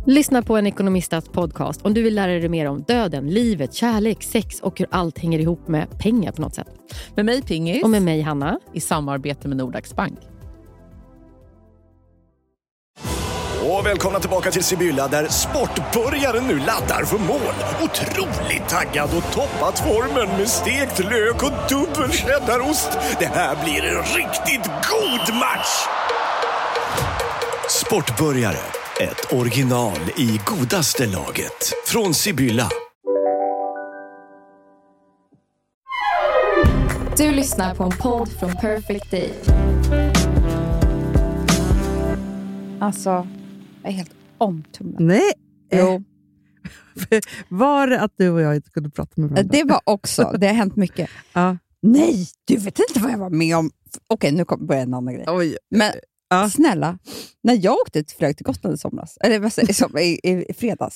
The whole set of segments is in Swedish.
Lyssna på en ekonomistas podcast om du vill lära dig mer om döden, livet, kärlek, sex och hur allt hänger ihop med pengar på något sätt. Med mig Pingis. Och med mig Hanna. I samarbete med Nordax Bank. Och välkomna tillbaka till Sibylla där sportbörjaren nu laddar för mål. Otroligt taggad och toppat formen med stekt lök och dubbel cheddarost. Det här blir en riktigt god match! Sportbörjare, ett original i godaste laget. Från Sibylla. Du lyssnar på en podd från Perfect Day. Alltså, jag är helt omtumlad. Nej. Jo. Var det att du och jag inte kunde prata med varandra? Det var också, det har hänt mycket. Ja. Nej, du vet inte vad jag var med om. Okej, nu börjar en annan grej. Oj. Men snälla, när jag flög till Gotland i somras, eller vad säger i fredags,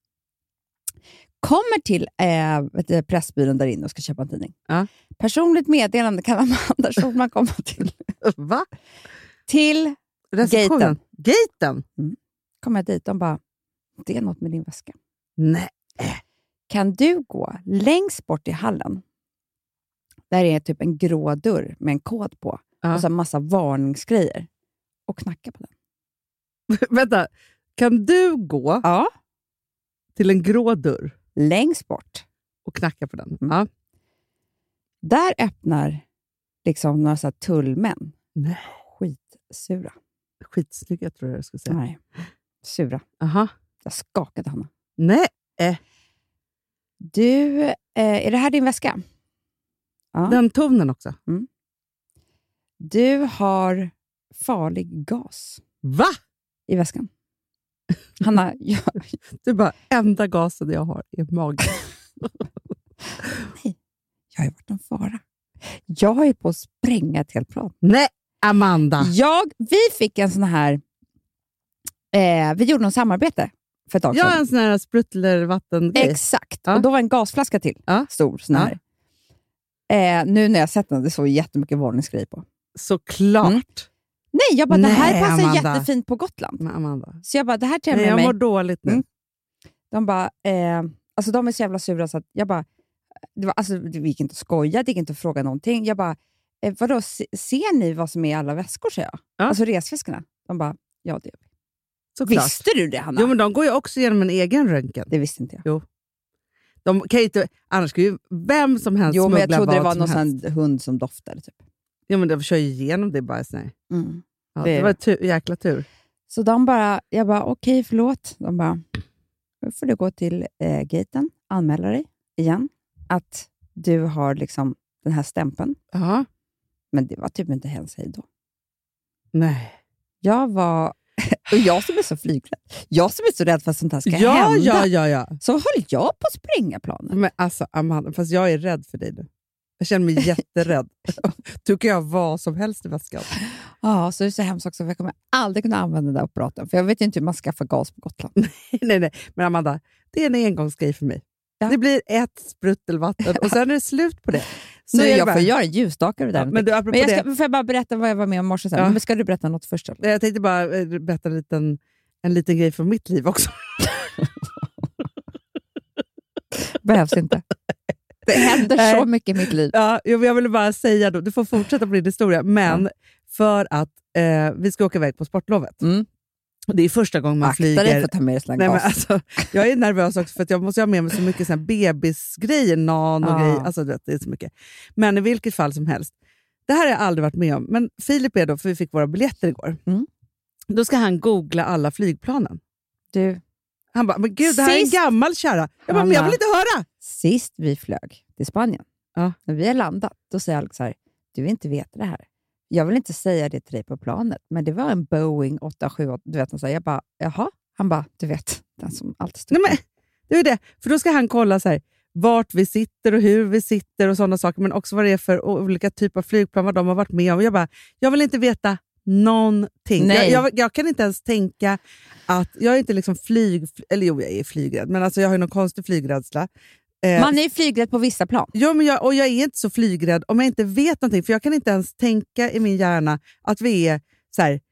kommer till pressbyrån där inne och ska köpa en tidning. Personligt meddelande kan Amanda Schulman komma till. Va? Till gaten. Gaten? Kommer jag dit, de bara, det är något med din väska. Nej. Kan du gå längst bort i hallen? Där är typ en grå dörr med en kod på. Och så en massa varningsgrejer. Och knacka på den. Vänta, kan du gå till en grå dörr? Längst bort. Och knacka på den? Ja. Där öppnar liksom några så här tullmän. Nej. Skitsura. Skitsnygga tror jag skulle säga. Nej, sura. Aha. Jag skakade, Hanna. Nej. Du, är det här din väska? Ja. Den tonen också. Du har farlig gas. Va? I väskan. Hanna, Du bara, enda gasen jag har är magen. Nej, jag har ju varit en fara. Jag har ju på att spränga ett helt plan. Nej, Amanda. Vi fick en sån här... vi gjorde någon samarbete för ett tag sedan. Ja, en sån här spruttlervattengrej. Exakt. Och då var en gasflaska till. Stor sån här. Nu när jag sett den, det såg jättemycket varningsgrejer på. Såklart. Nej, jag bara, det här passar Amanda. Jättefint på Gotland. Men Amanda. Så jag bara, det här till mig. Jag mår dåligt nu. De bara, alltså de är så jävla sura så att jag bara, det gick inte att skoja, det gick inte att fråga någonting. Jag bara, vadå, ser ni vad som är i alla väskor, säger jag? Alltså resväskorna. De bara, ja det gör vi. Såklart. Visste du det, Hanna? Jo, men de går ju också igenom en egen röntgen. Det visste inte jag. Jo. De kan inte, annars skulle ju vem som helst smuggla. Jo, men jag trodde det var någon sån hund som doftade typ. Jo, men de kör ju igenom det bara sådär. Ja, det var jäkla tur. Så de bara, jag bara, okej, förlåt. De bara, nu får du gå till gaten, anmäla dig igen. Att du har liksom den här stämpeln. Ja. Men det var typ inte ens hej då. Nej. Jag var... Och jag som är så flygrädd. Jag som är så rädd för att sånt här ska hända. Ja. Så höll jag på att spränga planen. Men alltså, Amanda, fast jag är rädd för dig nu. Jag känner mig jätterädd. Du kan jag vad som helst i väskan. Ja, så det är så hemskt också. För jag kommer aldrig kunna använda den där apparaten. För jag vet ju inte hur man skaffar gas på Gotland. Nej. Men Amanda, det är en engångsgrej för mig. Ja. Det blir ett spruttelvatten och sen är det slut på det. Så nu jag får göra ljusstakare där. Ja, men får jag bara berätta vad jag var med om morse sen? Ja. Men ska du berätta något först? Eller? Jag tänkte bara berätta en liten grej från mitt liv också. Behövs inte. Det händer så mycket i mitt liv. Ja, jag ville bara säga då, du får fortsätta på din historia, men för att vi ska åka iväg på sportlovet. Det är första gången man flyger. Akta dig för att ta med dig gas. Alltså, jag är nervös också för att jag måste ha med mig så mycket bebisgrejer, grejer. Alltså det är så mycket. Men i vilket fall som helst. Det här har jag aldrig varit med om. Men Filip är då, för vi fick våra biljetter igår. Då ska han googla alla flygplanen. Han bara, men gud, det här är en gammal kärra. Jag bara, men jag vill inte höra. Sist vi flög till Spanien, när vi har landat, då säger Alex så här, du vill inte veta det här. Jag vill inte säga det till dig på planet, men det var en Boeing 878, du vet, jag bara, jaha? Han bara, du vet, den som alltid står. Nej, men det är det, för då ska han kolla så här, vart vi sitter och hur vi sitter och sådana saker, men också vad det är för olika typer av flygplan, vad de har varit med om. Jag bara, jag vill inte veta någonting. Jag kan inte ens tänka att, jag är inte liksom eller jo, jag är flygrädd, men alltså jag har ju någon konstig flygrädsla. Man är ju flygrädd på vissa plan. Ja, men jag är inte så flygrädd om jag inte vet någonting, för jag kan inte ens tänka i min hjärna att vi är så här,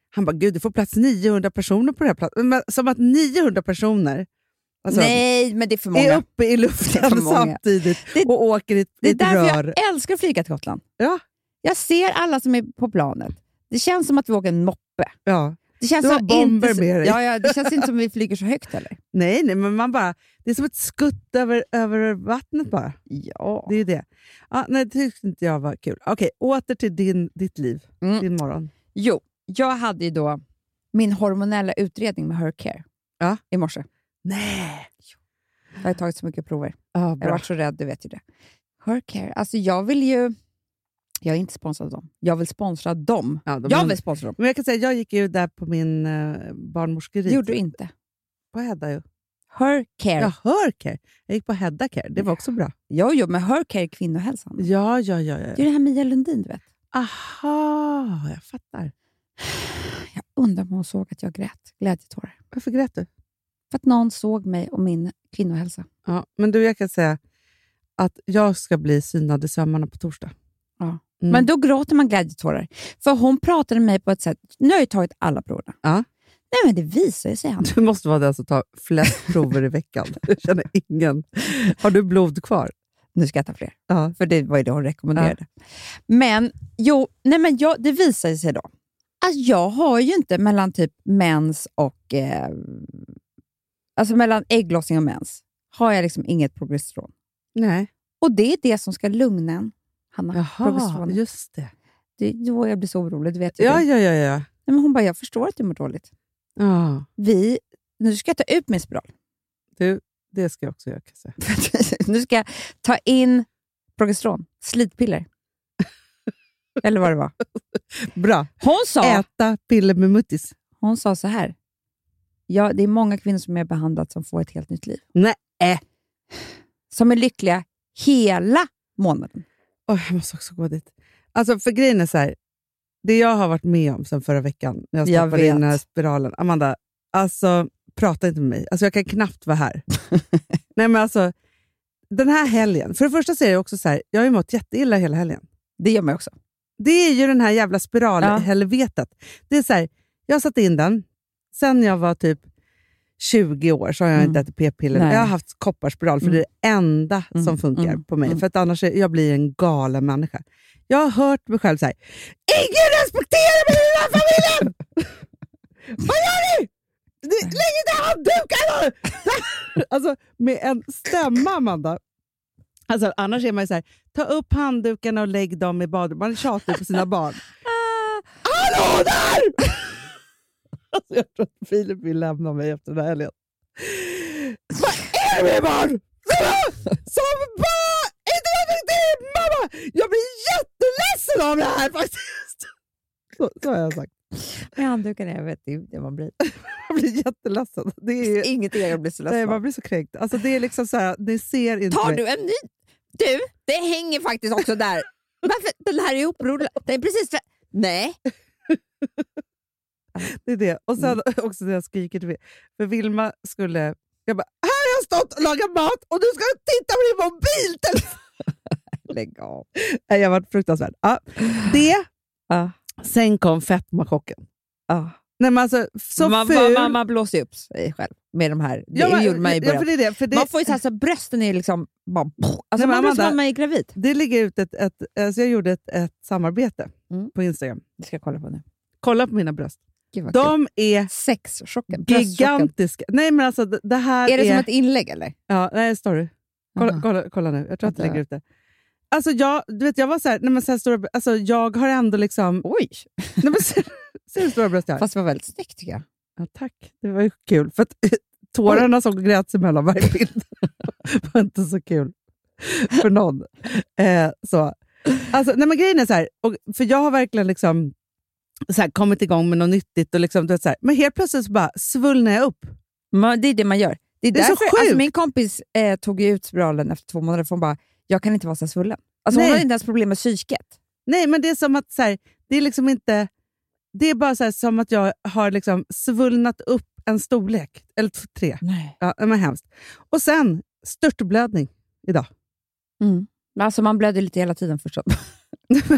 Han bara, gud det får plats 900 personer på det här platsen. Som att 900 personer alltså, nej, men det är för många. är uppe i luften samtidigt och åker i det är ett därför rör. jag älskar att flyga till Gotland. Ja. Jag ser alla som är på planet. Det känns som att vi åker en moppe. Ja. Det känns Du har som bomber inte, med dig. Ja, det känns inte som att vi flyger så högt heller. Nej, men man bara, det är som ett skutt över vattnet bara. Ja. Det är det. Ja, nej, det tyckte inte jag var kul. Okej, åter till ditt liv, din morgon. Jo, jag hade ju då min hormonella utredning med Hercare i morse. Nej! Jag har tagit så mycket prover. Ja, Jag har bra. varit så rädd, du vet ju det. Hercare, alltså jag är inte sponsrad av dem. Jag vill sponsra dem. Ja, Jag vill sponsra dem. Men jag kan säga, jag gick ju där på min barnmorskeri. Det gjorde du inte. På Hedda ju. Hercare. Jag hör Care. Jag gick på Hedda Care. Det var också bra. Jo, men Hercare är kvinnohälsan. Ja. Det är det här Mia Lundin, du vet. Aha, jag fattar. Jag undrar om hon såg att jag grät. Glädjetårar. Varför grät du? För att någon såg mig och min kvinnohälsa. Ja, men du, jag kan säga att jag ska bli synad i sömmarna på torsdag. Ja. Mm. Men då gråter man glädjetårar. För hon pratade med mig på ett sätt. Nu har jag tagit alla proverna. Ja. Nej, men det visar sig, han. Du måste vara den som tar flest prover i veckan. Jag känner ingen. Har du blod kvar? Nu ska jag ta fler. Ja. För det var ju det hon rekommenderade. Ja. Men, det visar sig då. Alltså, jag har ju inte mellan typ mens och... alltså mellan ägglossning och mens har jag liksom inget progesteron. Nej. Och det är det som ska lugna en, Hanna. Jaha, just det. Det är då jag blir så orolig, du vet ju. Ja. Nej, men hon bara, jag förstår att du mår dåligt. Ja. Nu ska jag ta ut min spiral. Du, det ska jag också göra. Nu ska jag ta in progesteron, slitpiller. Eller vad det var. Bra. Hon sa, äta piller med muttis. Hon sa så här. Ja, det är många kvinnor som är behandlat som får ett helt nytt liv. Nej. Som är lyckliga hela månaden. Jag måste också gå dit. Alltså, för grejen är så här. Det jag har varit med om sen förra veckan när jag stoppade in den här spiralen. Amanda, alltså prata inte med mig. Alltså jag kan knappt vara här. Nej, men alltså den här helgen. För det första så är det också så här. Jag har ju mått jätteilla hela helgen. Det gör mig också. Det är ju den här jävla spiralhelvetet. Det är så här. Jag satte in den. Sen jag var typ 20 år så har jag inte ätit p-piller. Jag har haft kopparspiral för det är det enda som funkar på mig. För att annars jag blir en galen människa. Jag har hört mig själv säga: ingen respekterar mig i den här familjen! Vad gör ni? Lägg inte handdukarna! Alltså med en stämma, Amanda. Alltså annars är man ju så här: ta upp handdukarna och lägg dem i badrummet. Man tjatar på sina barn. Hallå där! Alltså jag tror att Filip vill lämna mig efter den här helgen. Vad är det med barn? Som bara inte respekterar mamma! Jag blir jätteledsen av det här faktiskt. Så har jag sagt. Med handdukarna, jag vet inte det man blir. Man blir jätteledsen. Det är ingenting jag blir så ledsen. Nej, man blir så kränkt. Alltså det är liksom så här, ni ser inte. Tar du en ny? Du, det hänger faktiskt också där. Varför? Den här är upprorad. Det är precis för... Nej. Det är det. Och sen också när jag skriker till mig. För Vilma skulle... Jag bara, här har jag stått och lagat mat och du ska titta på din mobiltelefon. Lägg av. Nej, jag har varit fruktansvärd. Ja, det. Sen kom fetmachocken. Nej, men alltså, så man blåser upp sig själv med de här. Det gjorde man i början. Man får ju så här, så brösten är liksom bara... Alltså man blir som att man är gravid. Det ligger ut alltså jag gjorde ett samarbete på Instagram. Det ska jag kolla på nu. Kolla på mina bröst. De är sexchocken. Gigantiska. Nej, men alltså det här är det som ett inlägg eller? Ja, nej, story. Kolla nu. Jag tror att jag lägger ut det. Alltså jag var så här, nej men så här stora, alltså jag har ändå liksom... Oj! Nej, men ser du stora bröst jag har? Fast det var väldigt snyggt tycker jag. Ja, tack. Det var ju kul. För att tårarna som grät sig mellan varje bild var inte så kul för någon. Så. Alltså, nej men grejen är så här, för jag har verkligen liksom så här, kommit igång med något nyttigt och liksom, du vet, så här, men helt plötsligt så bara svullnar jag upp. Det är det man gör. Det är därför, så sjukt. Alltså, min kompis tog ju ut spiralen efter 2 månader för hon bara, jag kan inte vara så svullen. Alltså hon har inte ens problem med psyket. Nej, men det är som att så här, det är liksom inte, det är bara så här, som att jag har liksom svullnat upp en storlek eller 3. Nej. Ja, det var hemskt. Och sen störtblödning idag. Alltså man blöder lite hela tiden förstås.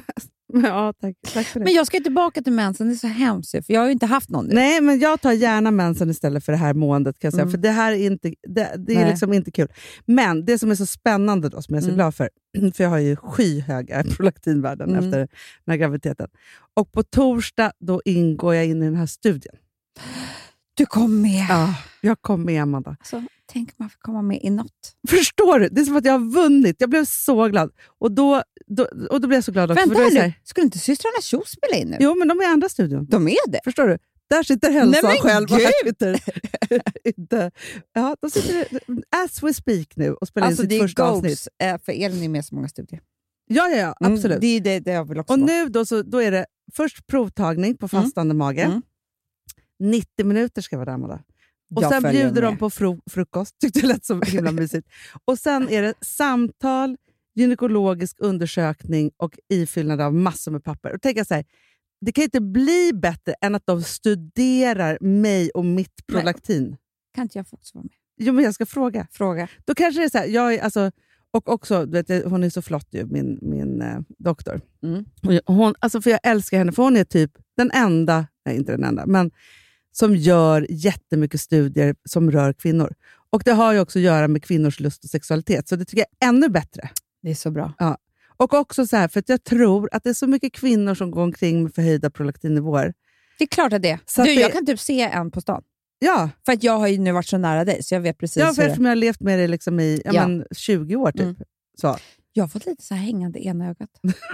Ja, tack för det. Men jag ska tillbaka till mensen, det är så hemskt. För jag har ju inte haft någon nu. Nej, men jag tar gärna mensen istället för det här måendet. Kan jag säga. För det här är inte, det är liksom inte kul. Men det som är så spännande då, som jag är så glad för jag har ju skyhöga prolaktinvärden efter den här graviditeten. Och på torsdag då ingår jag in i den här studien. Du kom med. Ja, jag kom med, Amanda. Alltså, tänk om man får komma med i något. Förstår du? Det är som att jag har vunnit. Jag blev så glad. Och då blev jag så glad också. Vänta för då är nu, här, skulle inte systrarna Tjo spela in nu? Jo, men de är i andra studion. De är det? Förstår du? Där sitter hälsan Nej, men själv. Och gud! här sitter inte. Ja, de sitter as we speak nu och spelar in sitt första avsnitt. För Elin är med så många studier. Ja, absolut. Det är det jag vill också Och vara. nu då är det först provtagning på fastande mage. 90 minuter ska vara där, Amanda. Och Jag sen följer bjuder de med. på frukost. Tyckte det lät så himla mysigt. Och sen är det samtal, gynekologisk undersökning och ifyllnad av massor med papper. Och tänka så här, det kan inte bli bättre än att de studerar mig och mitt prolaktin. Kan inte jag få också vara med? Jo, men jag ska fråga. Fråga. Då kanske det är så här, jag är, alltså, och också, du vet, hon är så flott ju, min doktor. Hon, alltså, för jag älskar henne, för hon är typ den enda, nej inte den enda, men som gör jättemycket studier som rör kvinnor. Och det har ju också att göra med kvinnors lust och sexualitet, så det tycker jag är ännu bättre. Det är så bra. Ja. Och också så här, för att jag tror att det är så mycket kvinnor som går omkring med förhöjda prolaktinnivåer. Det är klart att det är. Så att Jag kan typ se en på stan. Ja, För att jag har ju nu varit så nära dig, så jag vet precis för hur det är. eftersom jag har levt med det liksom i men, 20 år typ. Så. Jag har fått lite så här hängande ena ögat.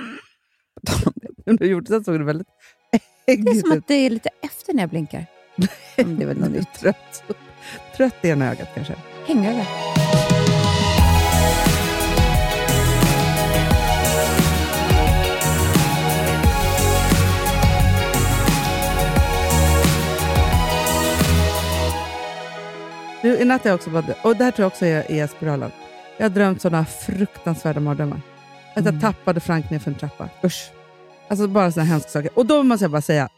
Du gjorde så såg det väldigt Det är som att det är lite efter när jag blinkar. Men det är väl något nytt. Trött i ena ögat kanske. Hängöga. Du, i natt har jag också bara, och det här tror jag också är spiralen. Jag har drömt sådana fruktansvärda mardrömmar. Att jag tappade Frank ner för en trappa. Usch. Alltså bara sådana hemska saker. Och då måste jag bara säga,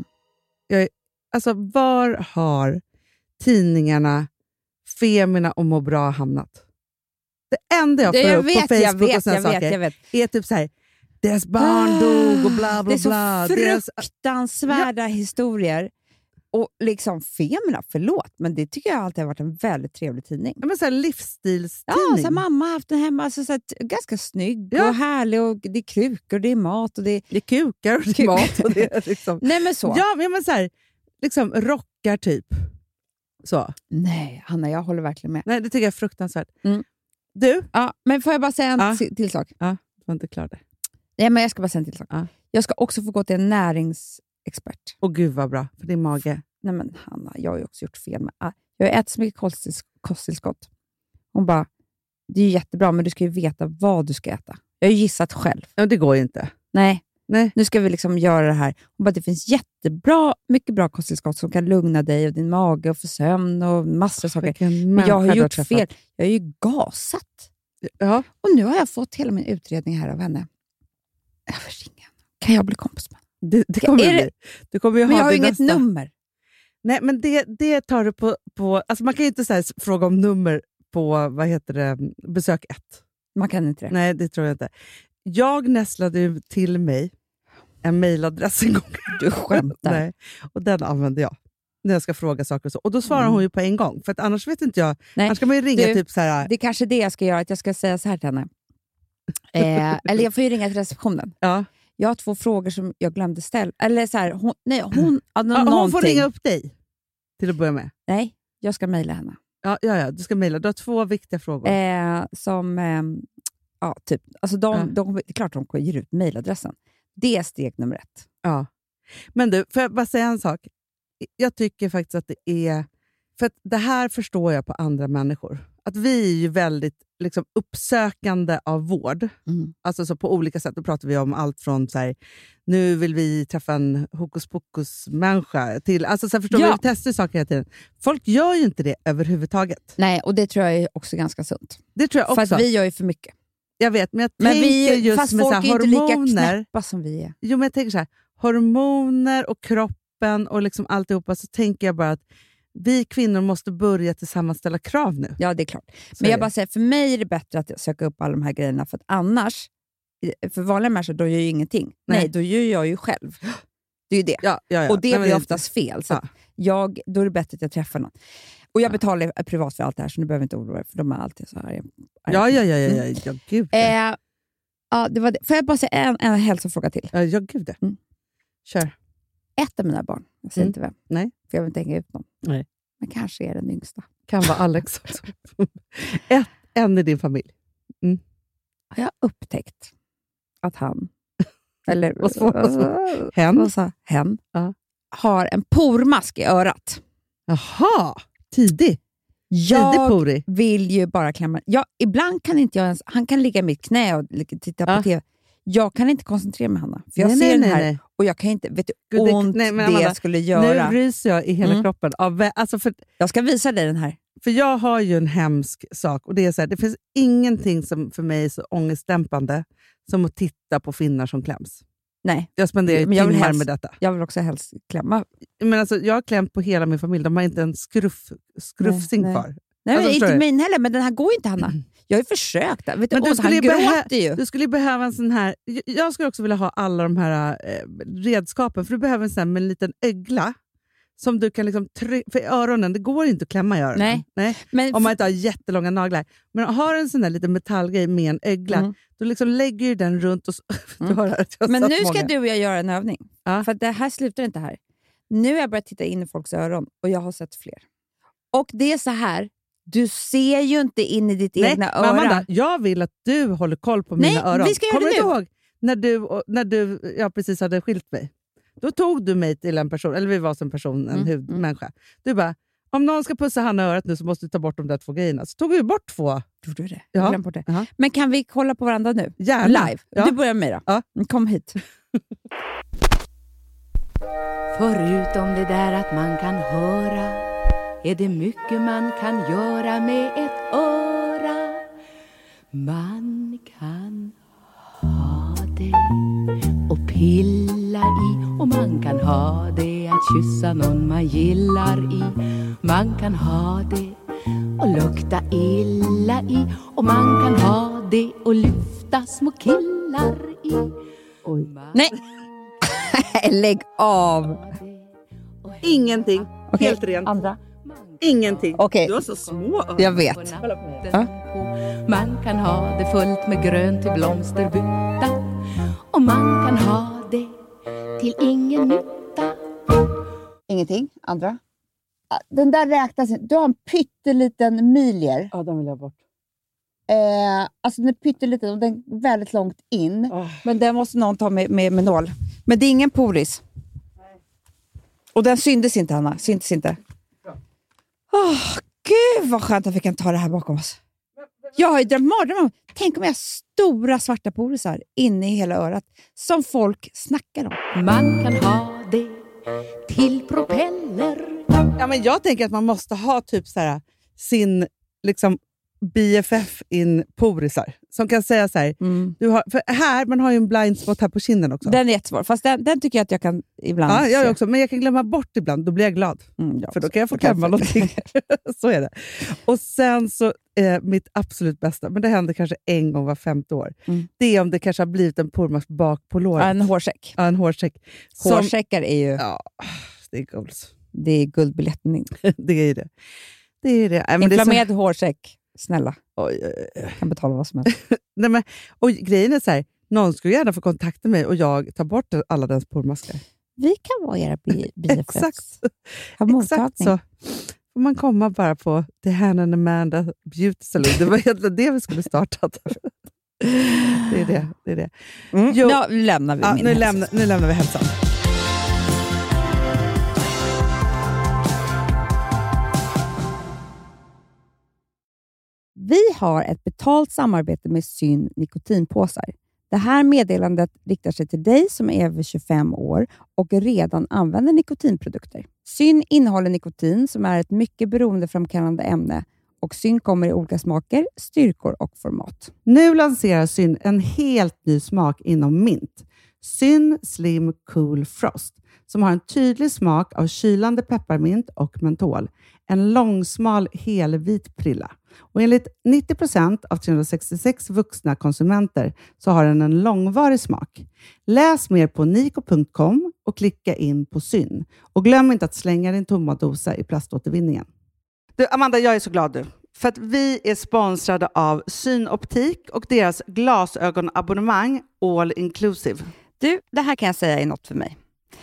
alltså var har tidningarna Femina och Må bra hamnat? Det enda jag får upp på Facebook och sådana saker är typ så här, deras barn dog och bla bla bla. Det är så fruktansvärda historier. Och liksom Femina, förlåt, men det tycker jag alltid har varit en väldigt trevlig tidning. Ja, men så här livsstilstidning. Ja, så här, mamma har haft den hemma, alltså, så här, ganska snygg och härlig, och det är krukor, det är mat och det är kukar och det är mat och det är liksom. Nej, men så. Ja, men så här, liksom rockar typ. Så. Nej, Hanna, jag håller verkligen med. Nej, det tycker jag är fruktansvärt. Du? Ja, men får jag bara säga en till sak? Ja, du var inte klar där. Nej, men jag ska bara säga en till sak. Ja. Jag ska också få gå till en näringsexpert. Åh gud vad bra, för din mage. Nej men Hanna, jag har ju också gjort fel. Jag har ätit så mycket kosttillskott. Hon bara, det är ju jättebra, men du ska ju veta vad du ska äta. Jag har ju gissat själv. Ja, det går ju inte. Nej. Nu ska vi liksom göra det här. Hon bara, det finns mycket bra kosttillskott som kan lugna dig och din mage och få sömn och massor av saker. Men jag har gjort fel. Jag har ju gasat. Ja. Och nu har jag fått hela min utredning här av henne. Jag får ringa. Kan jag bli kompis med? Det kommer bli. Du kommer ju men ha jag har ju inget nästa nummer. Nej, men det tar du på alltså man kan ju inte så här fråga om nummer på, vad heter det, besök 1. Man kan inte det. Nej, det tror jag inte. Jag nässlade ju till mig en mejladress en gång. Du skämtar. Nej, och den använder jag när jag ska fråga saker och så. Och då svarar hon ju på en gång. För att annars vet inte jag. Nej. Annars ska man ju ringa typ så här. Det är kanske det jag ska göra, att jag ska säga så här till henne. Eller jag får ju ringa till receptionen. Ja. Jag har 2 frågor som jag glömde ställa. Eller så här, hon hon får ringa upp dig till att börja med. Nej, jag ska mejla henne. Ja, du ska mejla. Du har 2 viktiga frågor. Typ. Alltså det är klart de ger ut mejladressen. Det är steg nummer 1. Ja. Men du, får jag bara säga en sak? Jag tycker faktiskt att det är... För att det här förstår jag på andra människor. Att vi är ju väldigt liksom, uppsökande av vård. Alltså så på olika sätt. Då pratar vi om allt från så här, nu vill vi träffa en hokus pokus-människa till... Alltså så här, förstår vi testar saker hela tiden. Folk gör ju inte det överhuvudtaget. Nej, och det tror jag är också ganska sunt. Det tror jag också. För att vi gör ju för mycket. Jag vet, men jag tänker just fast med folk så här, är hormoner. inte lika knäppa som vi är. Jo, men jag tänker så här, hormoner och kroppen och liksom alltihopa, så tänker jag bara att vi kvinnor måste börja tillsammans ställa krav nu. Ja, det är klart. Men jag bara säger, för mig är det bättre att söka upp alla de här grejerna, för att annars för vanliga människor, då gör ju ingenting. Nej, då gör jag ju själv. Det är ju det. Ja. Och det Nej, blir oftast fel. Så då är det bättre att jag träffar någon. Och jag betalar privat för allt det här, så nu behöver jag inte oroa för de är alltid så här. Ja, gud. Ja, det var det. Får jag bara säga en hälsofråga till? Ja, gud det. Kör. Ett av mina barn, jag säger inte vem. Nej. För jag vill inte hänga ut någon. Nej. Men kanske är den yngsta. Kan vara Alex också. En i din familj. Har jag upptäckt att han, eller hen, har en pormask i örat. Jaha, tidig pori. Vill ju bara klämma. Ibland kan inte jag ens, han kan ligga i mitt knä och titta på TV. Jag kan inte koncentrera mig, Hanna. För jag ser den här. Nej. Och jag kan inte, vet du ont det skulle göra. Nu ryser jag i hela kroppen. Jag ska visa dig den här. För jag har ju en hemsk sak. Och det är så här, det finns ingenting som för mig är så ångestdämpande som att titta på finnar som kläms. Nej. Jag spenderar timmar med detta. Jag vill också helst klämma. Men alltså, jag har klämt på hela min familj. De har inte en skrufsing kvar. Nej, alltså, inte min heller. Men den här går inte, Hanna. Jag har ju försökt. Vet du, han gråter ju. Du skulle behöva en sån här... Jag skulle också vilja ha alla de här redskapen. För du behöver en sån här med en liten ögla. Som du kan liksom för öronen, det går inte att klämma i öronen. Nej. Men om man inte har jättelånga naglar. Men har en sån där liten metallgrej med en ögla, då liksom lägger du den runt och men nu ska du och jag göra en övning. För det här slutar inte här. Nu har jag börjat titta in i folks öron och jag har sett fler. Och det är så här, du ser ju inte in i ditt egna öra. Amanda, jag vill att du håller koll på mina öron. Nej, vi ska göra det nu. Kommer du ihåg när du precis hade skilt mig? Då tog du mig till en person, eller vi var som person, en hudmänniska. Du bara, om någon ska pussa Hanna örat nu så måste du ta bort de där 2 grejerna. Så tog vi bort 2. Gjorde du det? Ja. Jag glömde bort det. Men kan vi kolla på varandra nu? Gärna. Live. Ja. Du börjar med då. Ja. Kom hit. Förutom det där att man kan höra är det mycket man kan göra med ett öra. Man kan ha det och pilla i, och man kan ha det att kyssa någon man gillar i. Man kan ha det och lukta illa i, och man kan ha det och lyfta små killar i. Oj. Nej! Lägg av! Ingenting. Okay. Helt rent. Andra? Ingenting. Okay. Du har så små öron. Jag vet. Man kan ha det fullt med grönt i blomsterbytta, och man kan ha det till ingen nytta. Ingenting. Andra? Den där räknas inte. Du har en pytteliten milier. Ja, den vill jag bort. Alltså den är pytteliten och den är väldigt långt in. Men den måste någon ta med nål. Men det är ingen poris. Nej. Och den syntes inte, Hanna. Syntes inte. Gud vad skönt att vi kan ta det här bakom oss. Jag har ju drömmar. Tänk om jag har stora svarta porisar inne i hela örat som folk snackar om. Man kan ha det till propeller. Ja, men jag tänker att man måste ha typ så här sin liksom BFF in porisar som kan säga så här, du har, för här man har ju en blind spot här på kinden också. Den är jättesvår, fast den tycker jag att jag kan ibland. Ja, jag också, men jag kan glömma bort ibland, då blir jag glad. För då kan jag få klämma någonting. Så är det. Och sen så mitt absolut bästa, men det händer kanske en gång var 5:e år. Det är om det kanske har blivit en pormask bak på låret. En hårsäck. Ja, en hårsäck. Hårsäckar är ju... Ja, det är goals. Det är guldbiljetten in. Det är det. Det är det. Men inflammerad hårsäck. Snälla. Oj. Kan betala vad som helst. Nej, men, och grejen är så här, någon skulle gärna få kontakta mig och jag tar bort alla dens pormaskar. Vi kan vara era BFFs. Exakt så. Får man komma bara på The Hannah and Amanda Beauty Salon. Det var egentligen det vi skulle starta. Det är det. Jo, nu lämnar vi nu lämnar vi hälsan. Vi har ett betalt samarbete med Syn nikotinpåsar. Det här meddelandet riktar sig till dig som är över 25 år och redan använder nikotinprodukter. Syn innehåller nikotin som är ett mycket beroendeframkallande ämne, och Syn kommer i olika smaker, styrkor och format. Nu lanserar Syn en helt ny smak inom mint. Syn Slim Cool Frost, som har en tydlig smak av kylande pepparmint och mentol. en långsmal helvit prilla. Och enligt 90% av 366 vuxna konsumenter så har den en långvarig smak. Läs mer på niko.com och klicka in på syn. Och glöm inte att slänga din tomma dosa i plaståtervinningen. Du, Amanda, jag är så glad du. För att vi är sponsrade av Synoptik och deras glasögonabonnemang All Inclusive. Du, det här kan jag säga är något för mig.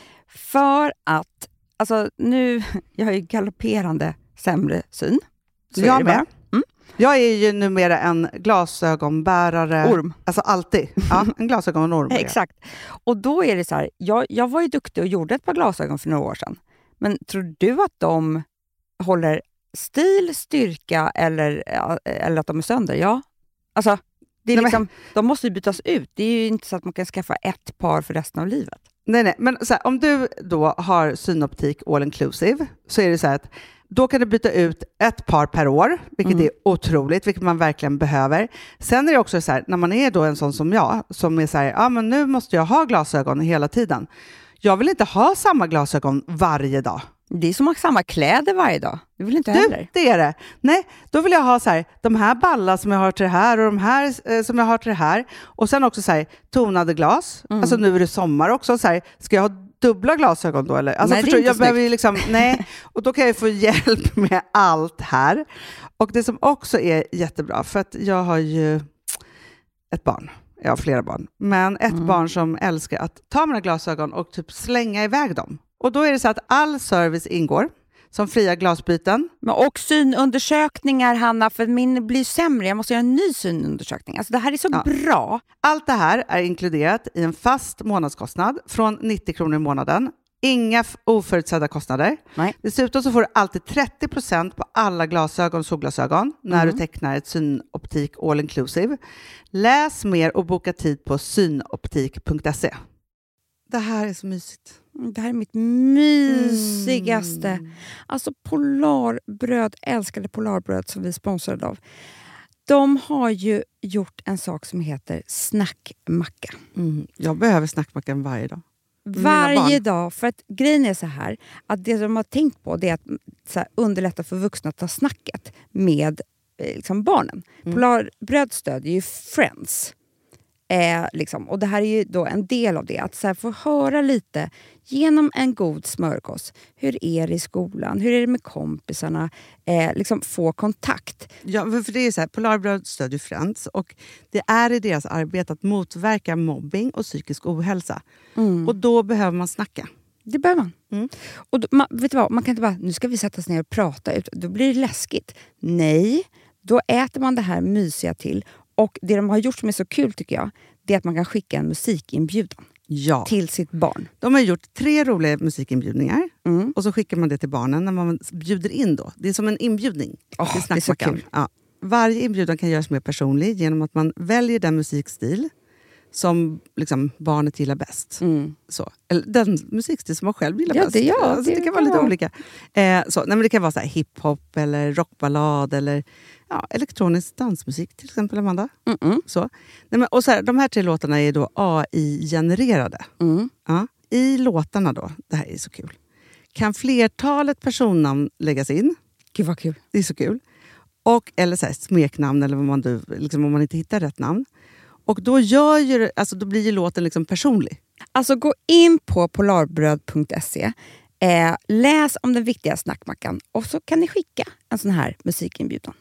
För att, alltså nu, jag har ju galopperande sämre syn. Så jag är det med. Jag är ju numera en glasögonbärare. Orm. Alltså alltid. Ja, en glasögonorm. Exakt. Och då är det så här, jag var ju duktig och gjorde ett par glasögon för några år sedan. Men tror du att de håller stil, styrka eller att de är sönder? Ja. Alltså, det är liksom, de måste ju bytas ut. Det är ju inte så att man kan skaffa ett par för resten av livet. Nej. Men så här, om du då har Synoptik All Inclusive så är det så här att då kan du byta ut ett par per år, vilket är otroligt, vilket man verkligen behöver. Sen är det också så här, när man är då en sån som jag, som är så här, men nu måste jag ha glasögon hela tiden. Jag vill inte ha samma glasögon varje dag. Det är som att ha samma kläder varje dag. Det vill inte heller. Det är det. Nej, då vill jag ha så här, de här ballar som jag har till det här och de här som jag har till det här. Och sen också så här, tonade glas. Alltså nu är det sommar också. Så här, ska jag ha dubbla glasögon då? Eller? Alltså, nej, förstår, jag behöver ju liksom, nej. Och då kan jag få hjälp med allt här. Och det som också är jättebra, för att jag har ju ett barn. Jag har flera barn. Men ett barn som älskar att ta mina glasögon och typ slänga iväg dem. Och då är det så att all service ingår. Som fria glasbyten. Och synundersökningar, Hanna, för min blir sämre. Jag måste göra en ny synundersökning. Alltså det här är så bra. Allt det här är inkluderat i en fast månadskostnad från 90 kronor i månaden. Inga oförutsedda kostnader. Nej. Dessutom så får du alltid 30% på alla glasögon och solglasögon när du tecknar ett Synoptik All Inclusive. Läs mer och boka tid på synoptik.se. Det här är så mysigt. Det här är mitt mysigaste. Alltså Polarbröd, älskade Polarbröd som vi sponsrade av. De har ju gjort en sak som heter snackmacka. Jag behöver snackmackan varje dag. Varje dag, för att grejen är så här att det de har tänkt på det är att så här, underlätta för vuxna att ta snacket med liksom barnen. Polarbröd stödjer ju Friends. Liksom. Och det här är ju då en del av det. Att så här, få höra lite genom en god smörgås. Hur är det i skolan? Hur är det med kompisarna? Liksom få kontakt. Ja, för det är så här, Polarbröd stödjer Friends och det är i deras arbete att motverka mobbing och psykisk ohälsa. Och då behöver man snacka. Det behöver man. Och då, vet du vad? Man kan inte bara, nu ska vi sätta oss ner och prata ut. Då blir det läskigt. Nej, då äter man det här mysiga till. Och det de har gjort som är så kul tycker jag, det är att man kan skicka en musikinbjudan till sitt barn. De har gjort 3 roliga musikinbjudningar och så skickar man det till barnen när man bjuder in då. Det är som en inbjudning till snackmackan. Det är så kul. Ja. Varje inbjudan kan göras mer personlig genom att man väljer den musikstil som liksom barnet gillar bäst. Så. Eller den musikstil som man själv gillar bäst. Det kan vara lite olika. Det kan vara så här hiphop eller rockballad eller elektronisk dansmusik till exempel, Amanda. Så. Och så här, de här 3 låtarna är då AI-genererade. Ja. I låtarna då, det här är så kul, kan flertalet personnamn läggas in. Gud vad kul. Det är så kul. Eller så här, smeknamn eller vad man liksom, om man inte hittar rätt namn. Och då då blir ju låten liksom personlig. Alltså gå in på polarbröd.se. Läs om den viktiga snackmackan. Och så kan ni skicka en sån här musikinbjudan.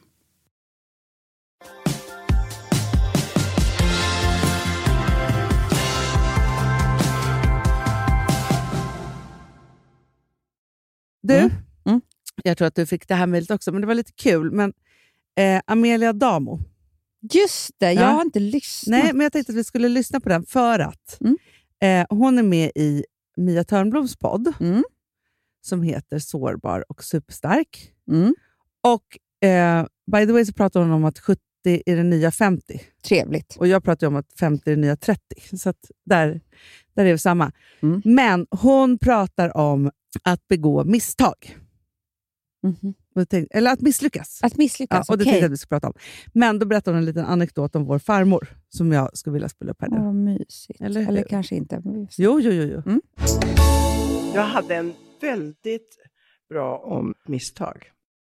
Du, jag tror att du fick det här mejlet också, men det var lite kul. Men Amelia Adamo. Just det, jag har inte lyssnat. Nej, men jag tänkte att vi skulle lyssna på den för att hon är med i Mia Törnbloms podd som heter Sårbar och superstark. Och by the way så pratar hon om att 70 är det nya 50. Trevligt. Och jag pratar om att 50 är det nya 30. Så att där är det samma. Men hon pratar om att begå misstag. Eller att misslyckas. Att misslyckas, och det tänkte jag att vi ska prata om. Men då berättade hon en liten anekdot om vår farmor som jag skulle vilja spela upp här nu. Vad mysigt. Eller kanske inte. Jo. Jag hade en väldigt bra om misstag.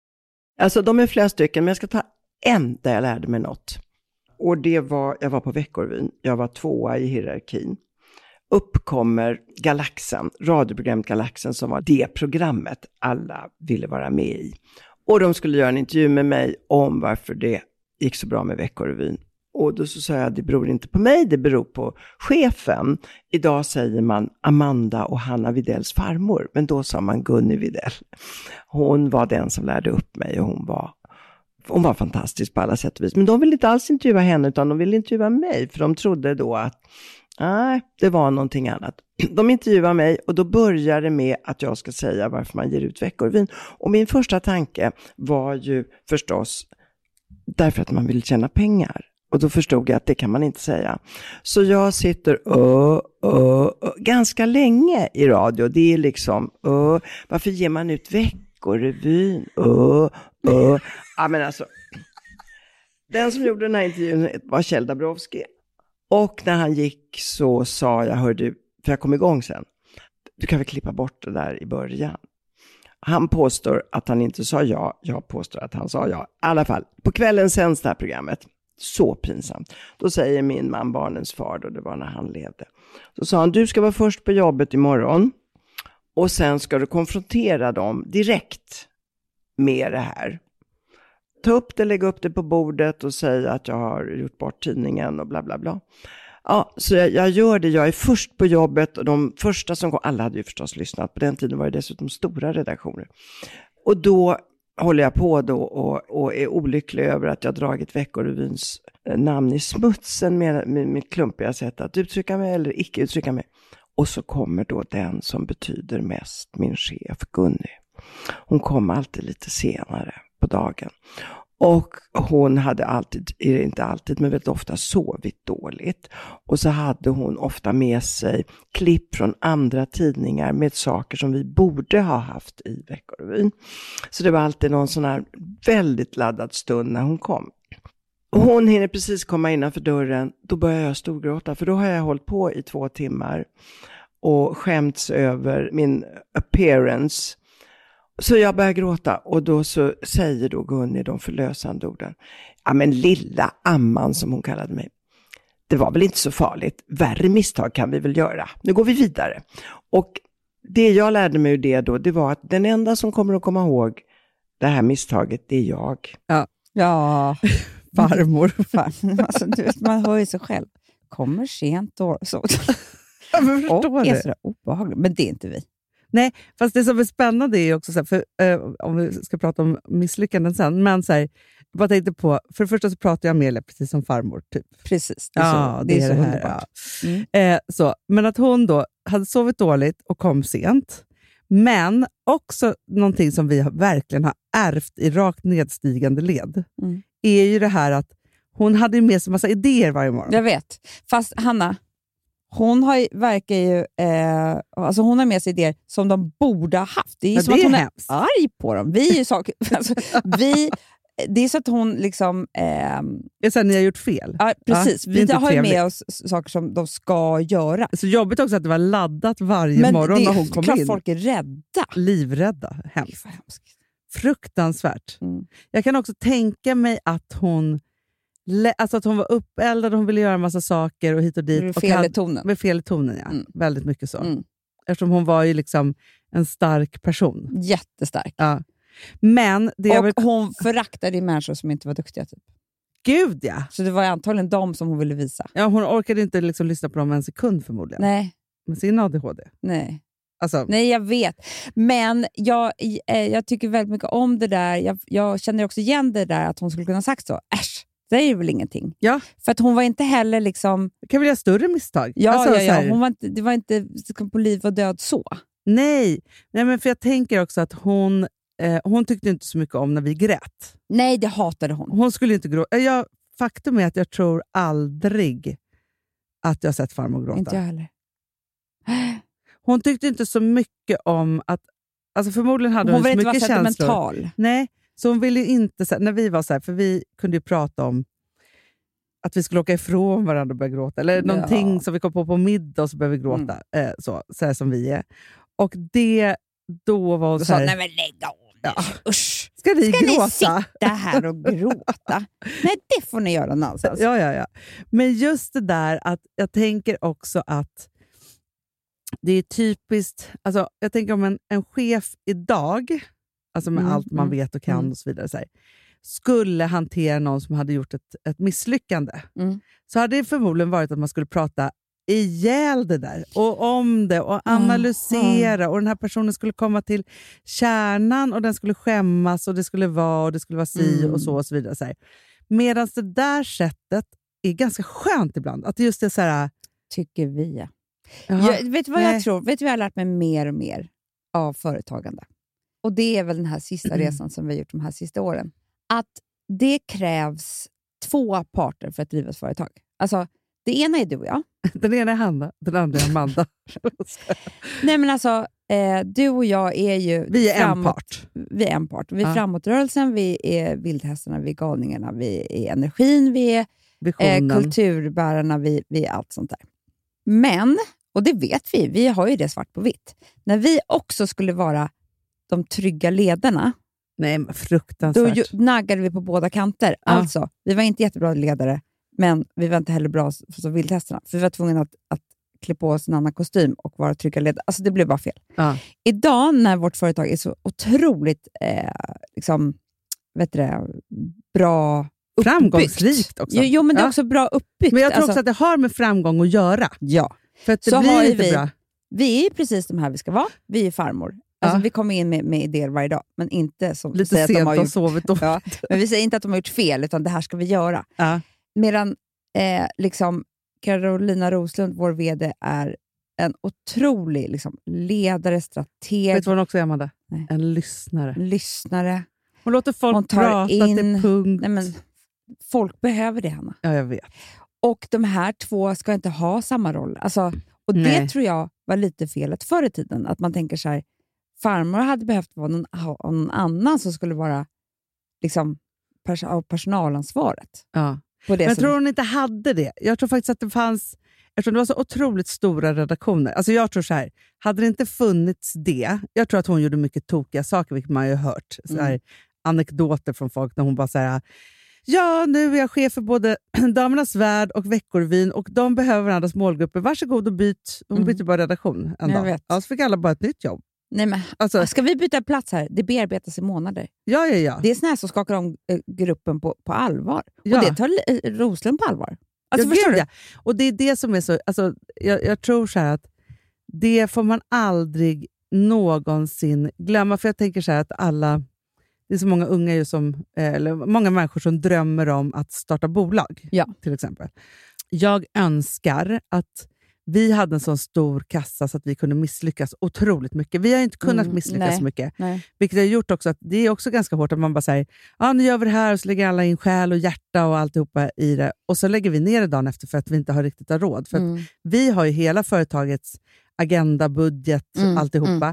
Alltså de är flera stycken, men jag ska ta en där jag lärde mig något. Och det var, jag var på Veckorevyn, jag var 2:a i hierarkin. Uppkommer Galaxen, radioprogrammet Galaxen som var det programmet alla ville vara med i. Och de skulle göra en intervju med mig om varför det gick så bra med Veckorevyn. Och då så sa jag, det beror inte på mig, det beror på chefen. Idag säger man Amanda och Hanna Widells farmor, men då sa man Gunni Widell. Hon var den som lärde upp mig och hon var fantastisk på alla sätt och vis. Men de ville inte alls intervjua henne utan de ville intervjua mig. För de trodde då att det var någonting annat. De intervjuade mig och då började det med att jag ska säga varför man ger ut Veckorevyn. Och min första tanke var ju förstås därför att man vill tjäna pengar. Och då förstod jag att det kan man inte säga. Så jag sitter ganska länge i radio. Det är liksom varför ger man ut Veckorevyn? Ja men alltså. Den som gjorde den här intervjun var Kjell Dabrowski. Och när han gick så sa jag, hör du, för jag kom igång sen. Du kan väl klippa bort det där i början. Han påstår att han inte sa ja. Jag påstår att han sa ja. I alla fall, på kvällen sänds det här programmet. Så pinsamt. Då säger min man, barnens far, då det var när han levde. Så sa han, du ska vara först på jobbet imorgon. Och sen ska du konfrontera dem direkt med det här. Ta upp det, lägga upp det på bordet och säga att jag har gjort bort tidningen och bla bla bla. Ja, så jag gör det. Jag är först på jobbet och de första som kom, alla hade ju förstås lyssnat. På den tiden var det dessutom stora redaktioner. Och då håller jag på då och är olycklig över att jag dragit Veckorevyns namn i smutsen med klumpiga sätt att uttrycka mig eller icke uttrycka mig. Och så kommer då den som betyder mest, min chef Gunni. Hon kom alltid lite senare på dagen. Och hon hade alltid, inte alltid men väldigt ofta sovit dåligt. Och så hade hon ofta med sig klipp från andra tidningar med saker som vi borde ha haft i Veckorevyn. Så det var alltid någon sån här väldigt laddad stund när hon kom. Och hon hinner precis komma innanför dörren, då börjar jag storgråta. För då har jag hållit på i 2 timmar och skämts över min appearance. Så jag börjar gråta och då så säger då Gunni de förlösande orden. Ja men lilla amman som hon kallade mig. Det var väl inte så farligt. Värre misstag kan vi väl göra. Nu går vi vidare. Och det jag lärde mig det då, det var att den enda som kommer att komma ihåg det här misstaget, det är jag. Ja. Farmor. Alltså, du vet, man hör ju sig själv. Kommer sent och så. Och är sådär obehagligt. Men det är inte vi. Nej, fast det som är spännande är också så här, för, om vi ska prata om misslyckanden sen, men så här, jag bara tänkte på, för det första så pratar jag med Amelia precis som farmor typ. Precis, det är så underbart. Ja. Så, men att hon då hade sovit dåligt och kom sent, men också någonting som vi verkligen har ärvt i rakt nedstigande led är ju det här att hon hade med sig massa idéer varje morgon. Jag vet, fast Hanna, hon verkar ju alltså hon har med sig idéer som de borde ha haft. Det är ju som att hon är arg på dem. Vi är ju alltså, det är så att hon liksom så ni har gjort fel. Ja, precis. Vi har ju med oss saker som de ska göra. Så jobbigt också att det var laddat varje morgon när hon kom in. Men folk är rädda. Livrädda. Hemskt. Fruktansvärt. Jag kan också tänka mig att hon att hon var uppeldad och hon ville göra en massa saker och hit och dit. Med fel i tonen. Med fel i tonen, ja. Väldigt mycket så. Eftersom hon var ju liksom en stark person. Jättestark. Ja. Men hon föraktade människor som inte var duktiga typ. Gud ja. Så det var antagligen dem som hon ville visa. Ja, hon orkade inte liksom lyssna på dem en sekund förmodligen. Nej. Med sin ADHD. Nej. Alltså. Nej, jag vet. Men jag tycker väldigt mycket om det där. Jag känner också igen det där att hon skulle kunna ha sagt så. Äsch. Det är ju väl ingenting. Ja. För att hon var inte heller liksom... Kan vi göra större misstag? Ja, alltså, ja. Det var inte på liv och död så. Nej, men för jag tänker också att hon tyckte inte så mycket om när vi grät. Nej, det hatade hon. Hon skulle inte gråta. Faktum är att jag tror aldrig att jag har sett farmor gråta. Inte jag heller. Hon tyckte inte så mycket om att... Alltså förmodligen hade hon så mycket känslor. Hon var inte vara sentimental. Nej. Så hon ville ju inte, när vi var så här, för vi kunde ju prata om att vi skulle åka ifrån varandra och börja gråta. Eller någonting som vi kom på middag och så började vi gråta. Så här som vi är. Och det, då var hon så här... Nej men lägg av. Ja. Usch. Ska ni gråta? Ska ni sitta här och gråta? Nej, det får ni göra någonstans. Ja. Men just det där att jag tänker också att det är typiskt, alltså jag tänker om en chef idag, alltså med allt man vet och kan och så vidare, så här, skulle hantera någon som hade gjort ett misslyckande, så hade det förmodligen varit att man skulle prata ihjäl det där och om det och analysera och den här personen skulle komma till kärnan och den skulle skämmas och det skulle vara si och så vidare. Så här. Medan det där sättet är ganska skönt ibland. Att det just är så här... Tycker vi. Vet du vad jag tror? Vet du vad jag har lärt mig mer och mer av företagande? Och det är väl den här sista resan som vi har gjort de här sista åren. Att det krävs 2 parter för att driva ett företag. Alltså, det ena är du och jag. Den ena är Hanna, den andra är Amanda. Nej men alltså, du och jag är ju... Vi är en part. Vi är en part. Vi är framåtrörelsen, vi är vildhästarna, vi är galningarna, vi är energin, vi är kulturbärarna, vi är allt sånt där. Men, och det vet vi har ju det svart på vitt. När vi också skulle vara de trygga ledarna, nej, fruktansvärt. Då naggade vi på båda kanter. Alltså, vi var inte jättebra ledare, men vi var inte heller bra som vildhästarna. För vi var tvungna att klä på oss en annan kostym och vara trygga ledare. Alltså det blev bara fel. Idag när vårt företag är så otroligt bra uppbyggt. Framgångsrikt också. Jo, men det är också bra uppbyggt. Men jag tror också att det har med framgång att göra. Ja. För att det så blir inte bra. Vi är precis de här vi ska vara. Vi är farmor. Alltså, vi kommer in med idéer varje dag, men inte som lite säger sent att de har gjort, sovit. Men vi säger inte att de har gjort fel, utan det här ska vi göra. Medan Carolina Roslund, vår vd, är en otrolig ledare, strateg. Vet du vad hon också är, Amanda? Nej. En lyssnare. Hon låter folk prata till punkt. Nej, men, folk behöver det, Hanna. Ja, jag vet. Och de här 2 ska inte ha samma roll. Alltså, och det tror jag var lite felet förr i tiden. Att man tänker så här, farmor hade behövt vara någon annan som skulle vara personalansvaret. Ja. Men jag tror hon inte hade det. Jag tror faktiskt att det fanns, eftersom det var så otroligt stora redaktioner. Alltså jag tror så här, hade det inte funnits det, jag tror att hon gjorde mycket tokiga saker, vilket man ju har hört. Så här, anekdoter från folk när hon bara säger: ja, nu är jag chef för både Damernas Värld och Veckorvyn och de behöver varandras målgrupper. Varsågod och byt. Hon bytte bara redaktion en dag. Vet. Så fick alla bara ett nytt jobb. Nej, men, ska vi byta plats här? Det bearbetas i månader. Ja. Det är sån här som skakar om gruppen på allvar. Och det tar Roslund på allvar. Alltså, förstår du? Och det är det som är så... Alltså, jag tror så här att det får man aldrig någonsin glömma. För jag tänker så här att alla... Det är så många unga eller många människor som drömmer om att starta bolag. Ja. Till exempel. Jag önskar att vi hade en sån stor kassa så att vi kunde misslyckas otroligt mycket. Vi har inte kunnat misslyckas så mycket. Nej. Vilket har gjort också att det är också ganska hårt att man bara säger, nu gör vi det här och så lägger alla in själ och hjärta och alltihopa i det. Och så lägger vi ner det dagen efter för att vi inte har riktigt råd. För att vi har ju hela företagets agenda, budget, alltihopa.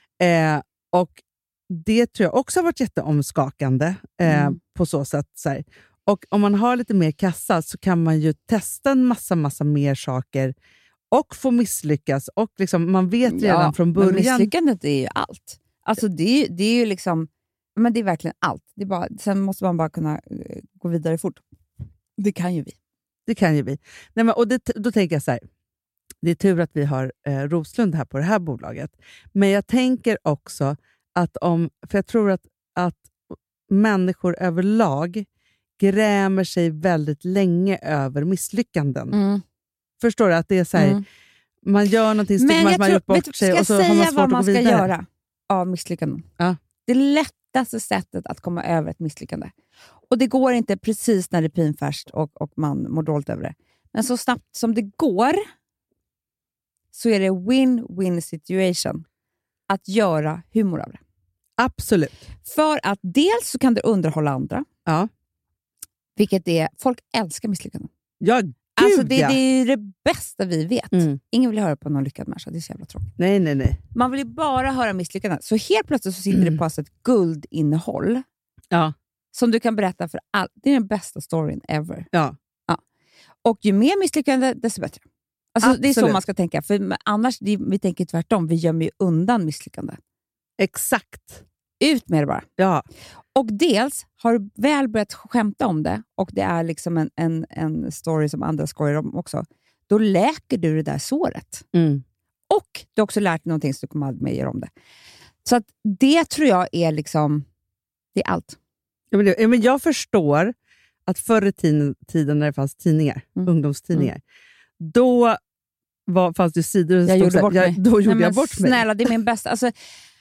Och det tror jag också har varit jätteomskakande på så sätt. Så här. Och om man har lite mer kassa så kan man ju testa en massa mer saker och få misslyckas. Och man vet redan från början... Men misslyckandet är ju allt. Alltså det är ju men det är verkligen allt. Det är bara, sen måste man bara kunna gå vidare fort. Det kan ju vi. Nej, men, och då tänker jag så här. Det är tur att vi har Roslund här på det här bolaget. Men jag tänker också att för jag tror att människor överlag grämer sig väldigt länge över misslyckanden. Förstår du? Att det är så här, man gör någonting så tycker man att man har gjort bort sig och så har man svårt vad man att gå vidare. ska göra av misslyckanden. Ja. Det lättaste sättet att komma över ett misslyckande. Och det går inte precis när det är pinfärskt och man mår dåligt över det. Men så snabbt som det går så är det win-win situation att göra humor av det. Absolut. För att dels så kan det underhålla andra. Ja. Vilket är, folk älskar misslyckanden. Ja, gud, alltså det är det bästa vi vet. Ingen vill höra på någon lyckad människa, det är så jävla tråkigt. Nej. Man vill ju bara höra misslyckanden. Så helt plötsligt så sitter det på ett guldinnehåll. Ja. Som du kan berätta för alla. Det är den bästa storyn ever. Ja. Och ju mer misslyckande, desto bättre. Alltså, det är så man ska tänka. För annars, vi tänker tvärtom. Vi gömmer ju undan misslyckande. Exakt. Ut med det bara. Ja. Och dels har du väl börjat skämta om det och det är liksom en story som andra skojar om också. Då läker du det där såret. Och du har också lärt dig någonting så du kommer aldrig mer göra om det. Så att det tror jag är liksom, det är allt. Ja, men jag förstår att förr i tiden när det fanns tidningar, ungdomstidningar, då fanns det sidor. Jag gjorde bort mig. Då gjorde jag bort mig. Snälla, det är min bästa. Alltså,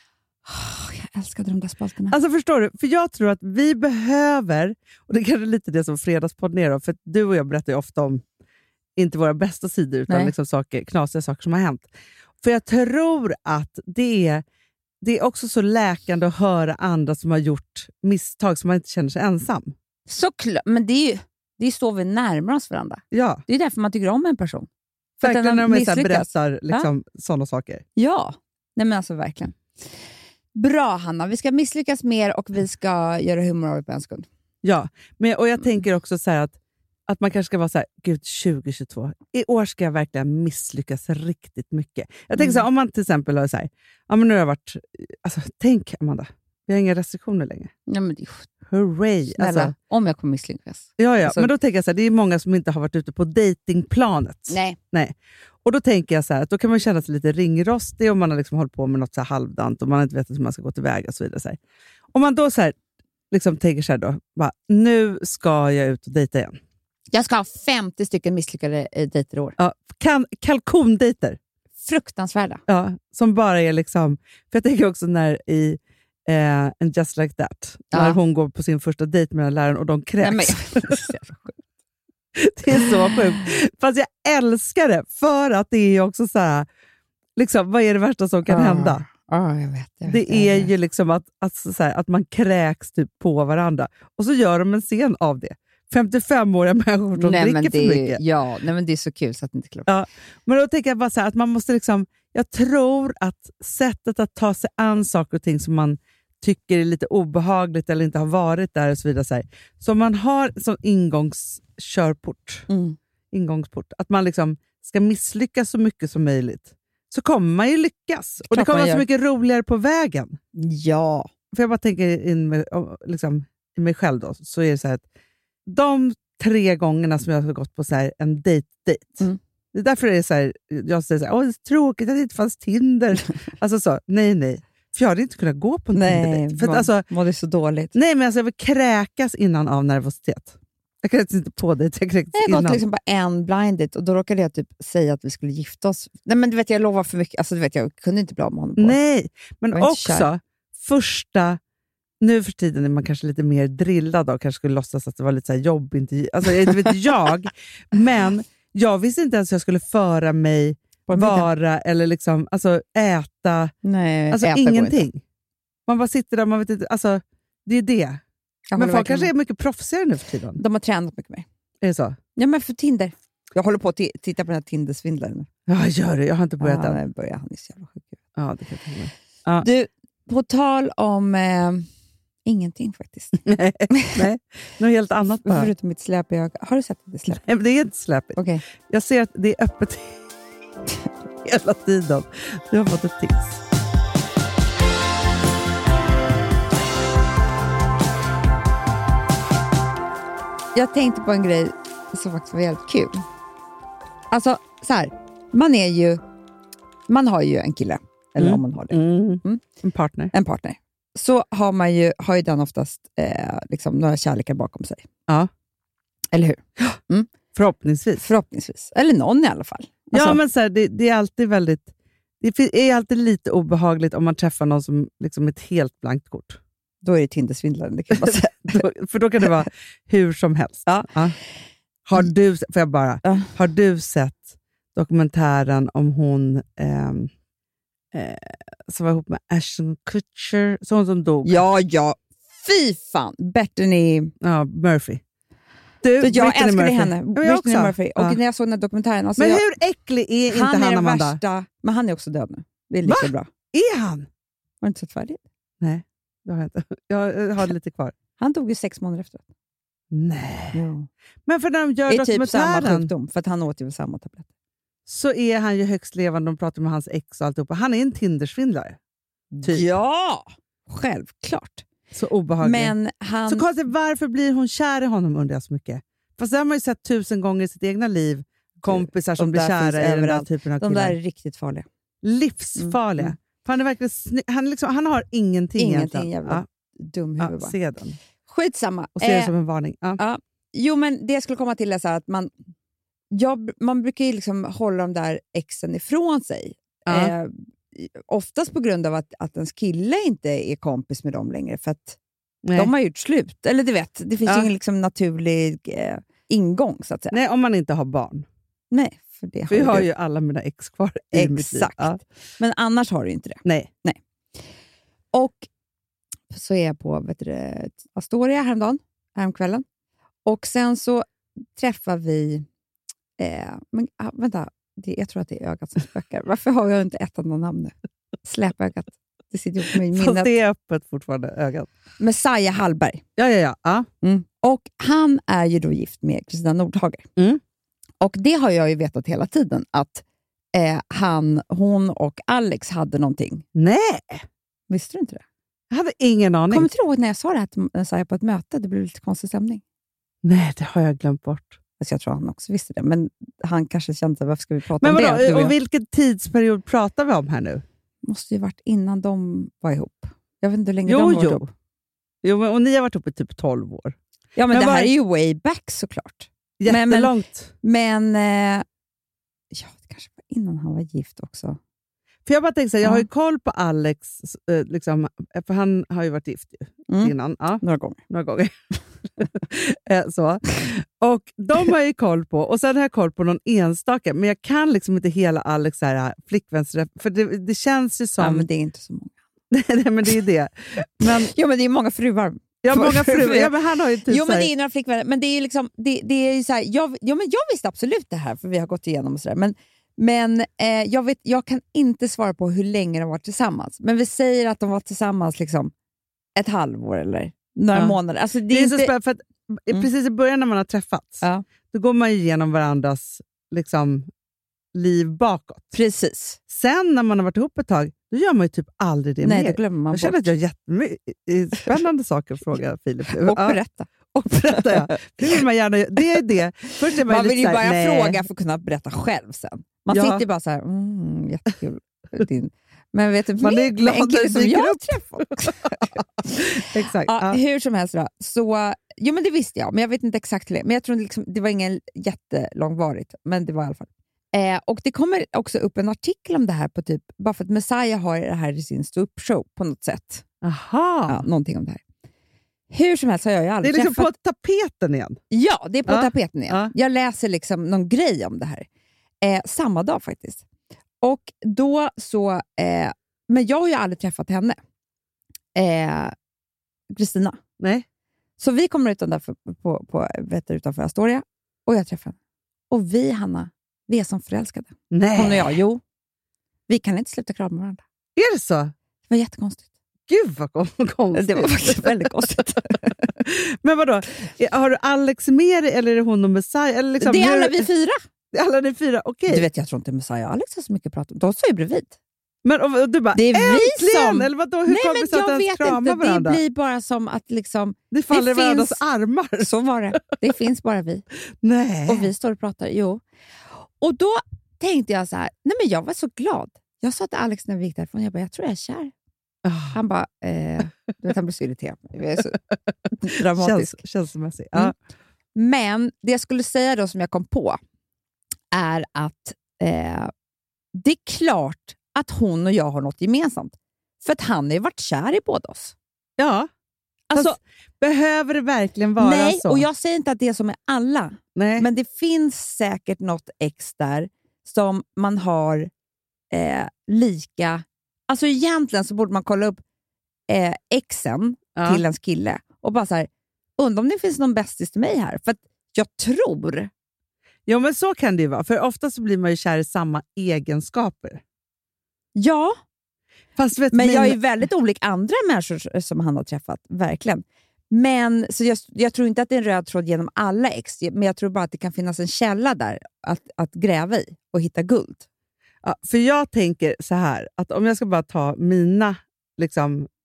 jag älskade de där spalterna. Alltså förstår du? För jag tror att vi behöver, och det är kanske lite det som Fredagspodden är då, för du och jag berättar ju ofta om inte våra bästa sidor utan liksom knasiga saker som har hänt. För jag tror att det är också så läkande att höra andra som har gjort misstag som man inte känner sig ensam. Såklart, men det är så vi närmar oss varandra. Ja. Det är därför man tycker om en person. För verkligen när de berättar liksom sådana saker. Ja, nej men alltså verkligen. Bra Hanna, vi ska misslyckas mer och vi ska göra humor av det på en sekund. Ja, och jag tänker också så här att man kanske ska vara så här, gud 2022, i år ska jag verkligen misslyckas riktigt mycket. Jag tänker så här, om man till exempel har så här, ja men nu har jag varit, alltså tänk Amanda, vi har inga restriktioner längre. Ja men det hurray. Snälla, alltså, om jag kommer misslyckas. Ja, alltså, men då tänker jag så här, det är många som inte har varit ute på datingplanet. Nej. Och då tänker jag så här, att då kan man känna sig lite ringrostig om man har liksom hållit på med något så här halvdant och man inte vet hur man ska gå tillväga och så vidare. Så här. Om man då så här, liksom tänker så här då, bara, nu ska jag ut och dejta igen. Jag ska ha 50 stycken misslyckade dejter i år. Ja, kalkondejter. Fruktansvärda. Ja, som bara är liksom, för jag tänker också när i And Just Like That, när hon går på sin första dejt med den läraren och de kräks. Nej, men, det är så sjukt. Fast jag älskar det för att det är också så här, liksom, vad är det värsta som kan hända? Jag vet, det är ju liksom att man kräks typ på varandra. Och så gör de en scen av det. 55-åriga människor som dricker för mycket. Ja, nej, men det är så kul så att det inte klart. Ja, men då tänker jag bara så här, att man måste liksom, jag tror att sättet att ta sig an saker och ting som man tycker är lite obehagligt eller inte har varit där och så vidare. Så här, som man har som ingångsport. Att man liksom ska misslyckas så mycket som möjligt. Så kommer man ju lyckas. Och det kommer vara så mycket roligare på vägen. Ja. För jag bara tänker i mig själv då. Så är det så här att de 3 gångerna som jag har gått på så här en date. Det är därför det är så här, jag säger så här, det är tråkigt att det inte fanns Tinder. Alltså så, nej. För jag hade inte kunnat gå på en Tinder-date. För alltså, var det så dåligt? Nej, men alltså, jag vill kräkas innan av nervositet. Jag kräktes inte på det. Jag har gått liksom på en blind date och då råkade jag typ säga att vi skulle gifta oss. Nej, men du vet, jag lovar för mycket. Alltså, du vet, jag kunde inte bli av med honom på. Nej, men också första... Nu för tiden är man kanske lite mer drillad och kanske skulle låtsas att det var lite så här jobbintervju. Alltså, inte vet jag. Men jag visste inte ens att jag skulle föra mig vara eller liksom, alltså äta. Nej, alltså äta ingenting. Man bara sitter där, man vet inte, alltså det är det. Men folk kanske är mycket proffsigare nu för tiden. De har tränat mycket mer. Är det så? Ja, men för Tinder. Jag håller på att titta på den här Tinder-svindlaren nu. Ja, gör det. Jag har inte börjat än. Han är så jävla sjuk. Ja, det kan jag tänka mig. Du, på tal om ingenting faktiskt. Nej, något helt annat bara. Förutom mitt släp i ögat. Har du sett det släpet? Nej, men det är inte släpigt. Okay. Jag ser att det är öppet hela tiden. Du har fått ett tips. Jag tänkte på en grej som faktiskt var jävligt kul. Alltså, så här. Man har ju en kille. Eller om man har det. En partner. En partner. Så har ju den oftast liksom några kärlekar bakom sig. Ja. Eller hur? Förhoppningsvis. Eller någon i alla fall. Alltså, ja, men så här, det är alltid väldigt... Det är alltid lite obehagligt om man träffar någon som liksom ett helt blankt kort. Då är det Tinder-svindlaren, det kan man säga. För då kan det vara hur som helst. Ja. Ja. Har du sett dokumentären om hon som var ihop med Ashton Kutcher, sån som dog? Ja. Fy fan! Bettany Murphy. Jag älskade henne. Bettany Murphy. Och när jag såg den här dokumentären... Alltså men hur äcklig är inte han, Amanda? Värsta, men han är också död nu. Det är lika bra. Är han? Har du inte sett färdigt? Nej, det har jag inte. Jag har lite kvar. Han dog ju 6 månader efter. Nej. Ja. Men för när de gör det är dokumentären... typ samma sjukdom, för att han åt ju väl samma tablett. Så är han ju högst levande, de pratar med hans ex och alltihopa. Han är en Tindersvindlare. Typ. Ja! självklart. Så obehagligt. Men han... Så konstigt, varför blir hon kär i honom undrar jag så mycket. Fast det har man ju sett 1000 gånger i sitt egna liv. Kompisar som blir kära i den där typen av killar. De där är riktigt farliga. Livsfarliga. För han är verkligen han har ingenting jävla dum huvud bara. Se den. Skitsamma. Och se det som en varning. Jo, men det jag skulle komma till är så här att man brukar ju liksom hålla de där exen ifrån sig. Oftast på grund av att ens kille inte är kompis med dem längre. För att de har gjort slut. Eller du vet, det finns ingen liksom naturlig ingång så att säga. Nej, om man inte har barn. Nej, för det vi har ju alla mina ex kvar i mitt liv. Exakt. Men annars har du inte det. Nej. Och så är jag på Astoria häromkvällen. Och sen så träffar vi... vänta, jag tror att det är ögat som spökar. Varför har jag inte ett av någon namn nu? Släpögat. Det sitter ihop med minnet. Fast det är öppet fortfarande, ögat. Messiah Hallberg. Ja. Och han är ju då gift med Kristina Nordhager. Och det har jag ju vetat hela tiden. Att hon och Alex hade någonting. Nej! Visste du inte det? Jag hade ingen aning. Kommer du ihåg när jag sa det här till Messiah på ett möte? Det blev lite konstig stämning. Nej, det har jag glömt bort. Alltså jag tror han också visste det. Men han kanske kände, varför ska vi prata om det? Och vilken tidsperiod pratar vi om här nu? Måste ju varit innan de var ihop. Jag vet inte hur länge de var ihop. Jo, och ni har varit ihop i typ 12 år. Ja, men det här är ju way back såklart. Jättelångt. Men det kanske var innan han var gift också. För jag bara tänkte så här, jag har ju koll på Alex, liksom, för han har ju varit gift innan. Ja. Några gånger. Så. Och de har ju koll på, och sen har jag koll på någon enstaka, men jag kan liksom inte hela Alex här flickväns, för det känns ju som... Ja, men det är inte så många. Nej, men det är det. Men... Jo, men det är många fruar. Ja, många fruar. Ja, men han har ju typ men det är några flickvänner. Men det är liksom, det är ju så här, jag visste absolut det här, för vi har gått igenom och sådär. Men jag kan inte svara på hur länge de var tillsammans. Men vi säger att de var tillsammans liksom ett halvår eller några månader. Alltså det är inte... så spännande, för att precis i början när man har träffats, då går man ju igenom varandras liksom, liv bakåt. Precis. Sen när man har varit ihop ett tag, då gör man ju typ aldrig det mer. Nej, då glömmer man jag känner att jag har jättemycket spännande saker att fråga Filip. Och berätta. Ja. Det vill man gärna, det är det. Först är man vill ju bara fråga för att kunna berätta själv sen. Man sitter bara så här, jättekul. Men vet du, man är glad en kille som jag träffar. Exakt. Hur som helst då. Så, jo, men det visste jag, men jag vet inte exakt hur det. Men jag tror liksom, det var ingen jättelångvarigt, men det var i alla fall. Och det kommer också upp en artikel om det här på typ, bara för att Messiah har det här i sin ståuppshow på något sätt. Aha. Ja, någonting om det här. Hur som helst har jag ju aldrig träffat. Det är liksom träffat... på tapeten igen. Ja, det är på tapeten igen. Jag läser liksom någon grej om det här. Samma dag faktiskt. Och då så... men jag har ju aldrig träffat henne. Kristina. Nej. Så vi kommer utanför Astoria. Och jag träffar henne. Och vi, Hanna, vi är som förälskade. Nej. Hon och jag, jo. Vi kan inte sluta krama varandra. Är det så? Det var jättekonstigt. Gud vad konstigt. Det var faktiskt väldigt konstigt. Men vadå? Har du Alex med dig eller är det hon och Messiah? Eller liksom, det är alla vi fyra. Det är alla ni fyra, okej. Du vet, jag tror inte Messiah och Alex har så mycket att prata om. De står ju bredvid. Men och du bara, det är äntligen! Som... Eller vadå? Hur kommer det sig att ens krama varandra? Det blir bara som att liksom... Det faller i varandras armar. Så var det. Det finns bara vi. Nej. Och vi står och pratar, jo. Och då tänkte jag så här, nej men jag var så glad. Jag sa till Alex när vi gick därifrån, jag tror jag är kär. Han bara, du vet, han blir så irriterad. Det är så dramatisk. Känslomässigt. Men det jag skulle säga då som jag kom på är att det är klart att hon och jag har något gemensamt. För att han har ju varit kär i båda oss. Ja. Alltså, behöver det verkligen vara nej, så? Och jag säger inte att det är som med alla. Nej. Men det finns säkert något ex där som man har lika... Alltså egentligen så borde man kolla upp exen till ens kille och bara så här, undrar om det finns någon bästis till mig här. För att jag tror... Ja, men så kan det ju vara. För ofta så blir man ju kär i samma egenskaper. Ja. Fast vet men jag är ju väldigt olik andra människor som han har träffat. Verkligen. Men så jag tror inte att det är en röd tråd genom alla ex. Men jag tror bara att det kan finnas en källa där att gräva i och hitta guld. Ja, för jag tänker så här, att om jag ska bara ta mina liksom,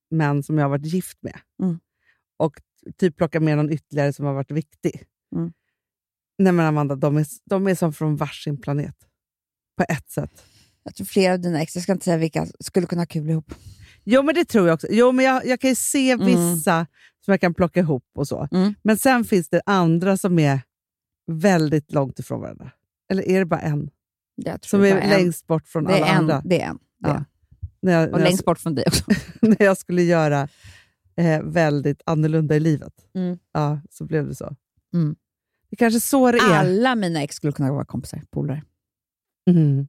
män som jag har varit gift med. Mm. Och typ plocka med någon ytterligare som har varit viktig. Mm. Nej men Amanda, de är som från varsin planet. På ett sätt. Jag tror flera av dina ex, jag ska inte säga vilka, skulle kunna ha kul ihop. Jo men det tror jag också. Jo men jag kan ju se vissa som jag kan plocka ihop och så. Mm. Men sen finns det andra som är väldigt långt ifrån varandra. Eller är det bara en? Jag tror Som det är bara längst bort från alla andra. Det är en. Ja. Och längst bort från dig också. När jag skulle göra väldigt annorlunda i livet. Mm. Ja, så blev det så. Mm. Det är kanske så det är. Alla mina ex skulle kunna vara kompisar, polare. Mm.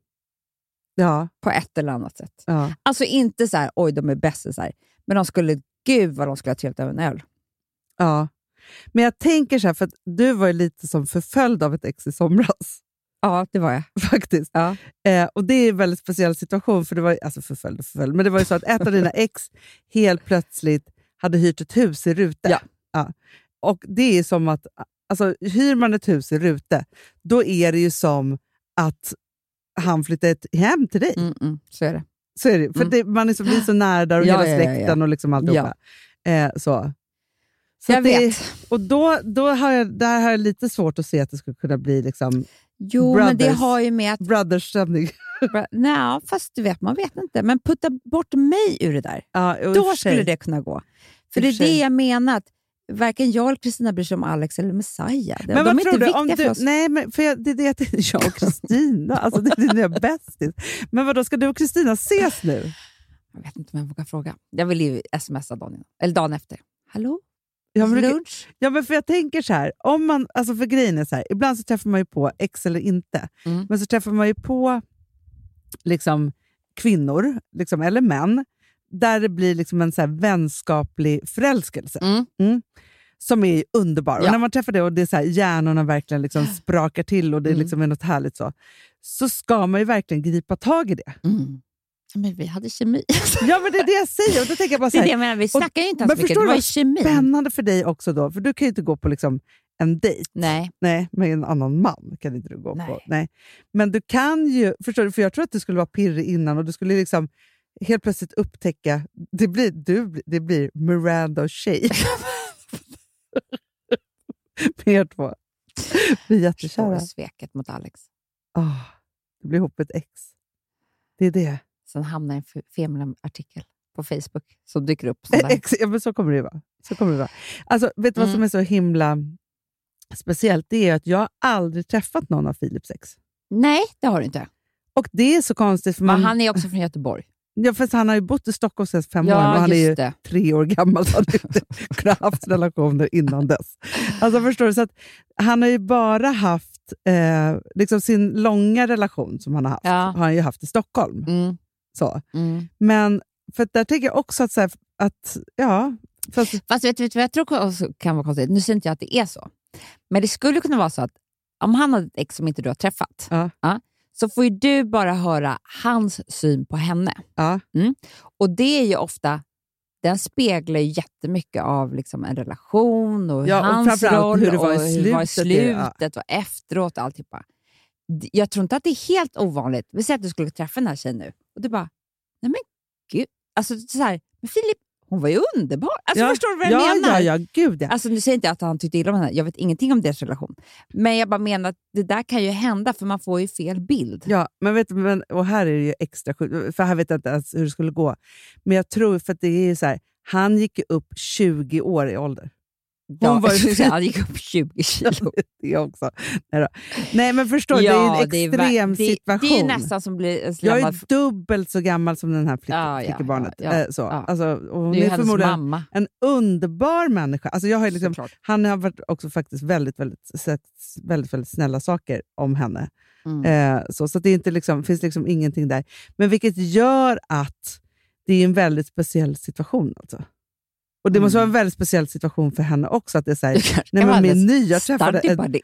Ja. På ett eller annat sätt. Ja. Alltså inte så här, oj de är bäst så här. Men de skulle, gud vad de skulle ha trevligt över en öl. Ja. Men jag tänker så här, för att du var ju lite som förföljd av ett ex i somras. Ja, det var jag. Faktiskt. Ja. Och det är en väldigt speciell situation, för det var alltså förföljd. Men det var ju så att ett av dina ex helt plötsligt hade hyrt ett hus i Rute. Ja. Ja. Och det är som att, alltså hyr man ett hus i Rute, då är det ju som att han flyttar ett hem till dig. Så är det. Så är det. För det, man är så, blir så nära där och hela släkten och liksom alltihopa. Så jag vet. Och då har jag lite svårt att se att det skulle kunna bli liksom men det har ju med att... brothers-stämning. Nej, fast du vet, man vet inte. Men putta bort mig ur det där. Ja, då skulle det kunna gå. För det är det jag menar, att varken jag eller Kristina bryr sig om Alex eller Messiah. Men de är inte viktiga för oss. Nej, men för det är det jag och Kristina. Alltså det är dina bästis. Men vadå, ska du och Kristina ses nu? Jag vet inte om jag vågar fråga. Jag vill ju smsa dagen efter. Hallå? Lunch? Ja, men för jag tänker så här, om man, alltså för grejen är så här, ibland så träffar man ju på ex eller inte. Men så träffar man ju på liksom kvinnor, liksom, eller män, där det blir liksom en så här vänskaplig förälskelse. Som är underbar. Och när man träffar det och det är så här, hjärnorna verkligen liksom sprakar till och det liksom är något härligt så ska man ju verkligen gripa tag i det. Men vi hade kemi. Ja, men det är det jag säger. Och då tänker jag bara så här, det är det jag menar, vi snackar ju inte ens mycket. Det var ju kemi. Spännande för dig också då, för du kan ju inte gå på liksom en dejt. Nej, med en annan man kan inte du gå på. Nej. Men du kan ju, förstår du, för jag tror att du skulle vara pirrig innan och du skulle liksom helt plötsligt upptäcka, det blir Miranda och tjej. Mer två. Vi är jättekära. Sveket mot Alex. Det blir ihop ett ex. Det är det. Sen hamnar en Femina-artikel på Facebook som dyker upp. Ja, men så kommer det vara. Alltså, vet du vad som är så himla speciellt? Det är att jag aldrig träffat någon av Philips ex. Nej, det har du inte. Och det är så konstigt. För men han är också från Göteborg. Ja, för han har ju bott i Stockholm sedan 5 år och han är ju 3 år gammal, så han har inte kunnat haft relationer innan dess. Alltså förstår du, så att han har ju bara haft liksom sin långa relation som han har haft, har han ju haft i Stockholm. Så. Men för där tänker jag också att fast vet du vad jag tror kan vara konstigt? Nu säger inte jag att det är så. Men det skulle kunna vara så att om han har ett ex som inte du har träffat, så får ju du bara höra hans syn på henne. Och det är ju ofta, den speglar ju jättemycket av liksom en relation och hans roll hur det var i slutet och efteråt och alltihopa. Jag tror inte att det är helt ovanligt. Vi säger att du skulle träffa den här tjejen nu och du bara, nej men gud, alltså så här, men Filip, hon var ju underbar. Alltså förstår du vad jag menar? Ja, gud ja. Alltså nu säger inte jag att han tyckte illa om henne. Jag vet ingenting om deras relation. Men jag bara menar att det där kan ju hända för man får ju fel bild. Ja, men och här är det ju extra sjukt. För här vet jag inte ens hur det skulle gå. Men jag tror, för att det är ju så här, han gick upp 20 år i ålder. Hon var ju han gick upp 20 kilo. Det också. Nej, men förstår du, det är en extrem situation. Det är nästan som blir jag är dubbelt så gammal som den här flickebarnet. Alltså, och hon är förmodligen mamma. En underbar människa. Alltså, jag har liksom, han har varit också faktiskt väldigt, väldigt snälla saker om henne. Så det är inte liksom, finns liksom ingenting där. Men vilket gör att det är en väldigt speciell situation alltså. Och det måste vara en väldigt speciell situation för henne också. Att det är så här, nej, men min nya träffade...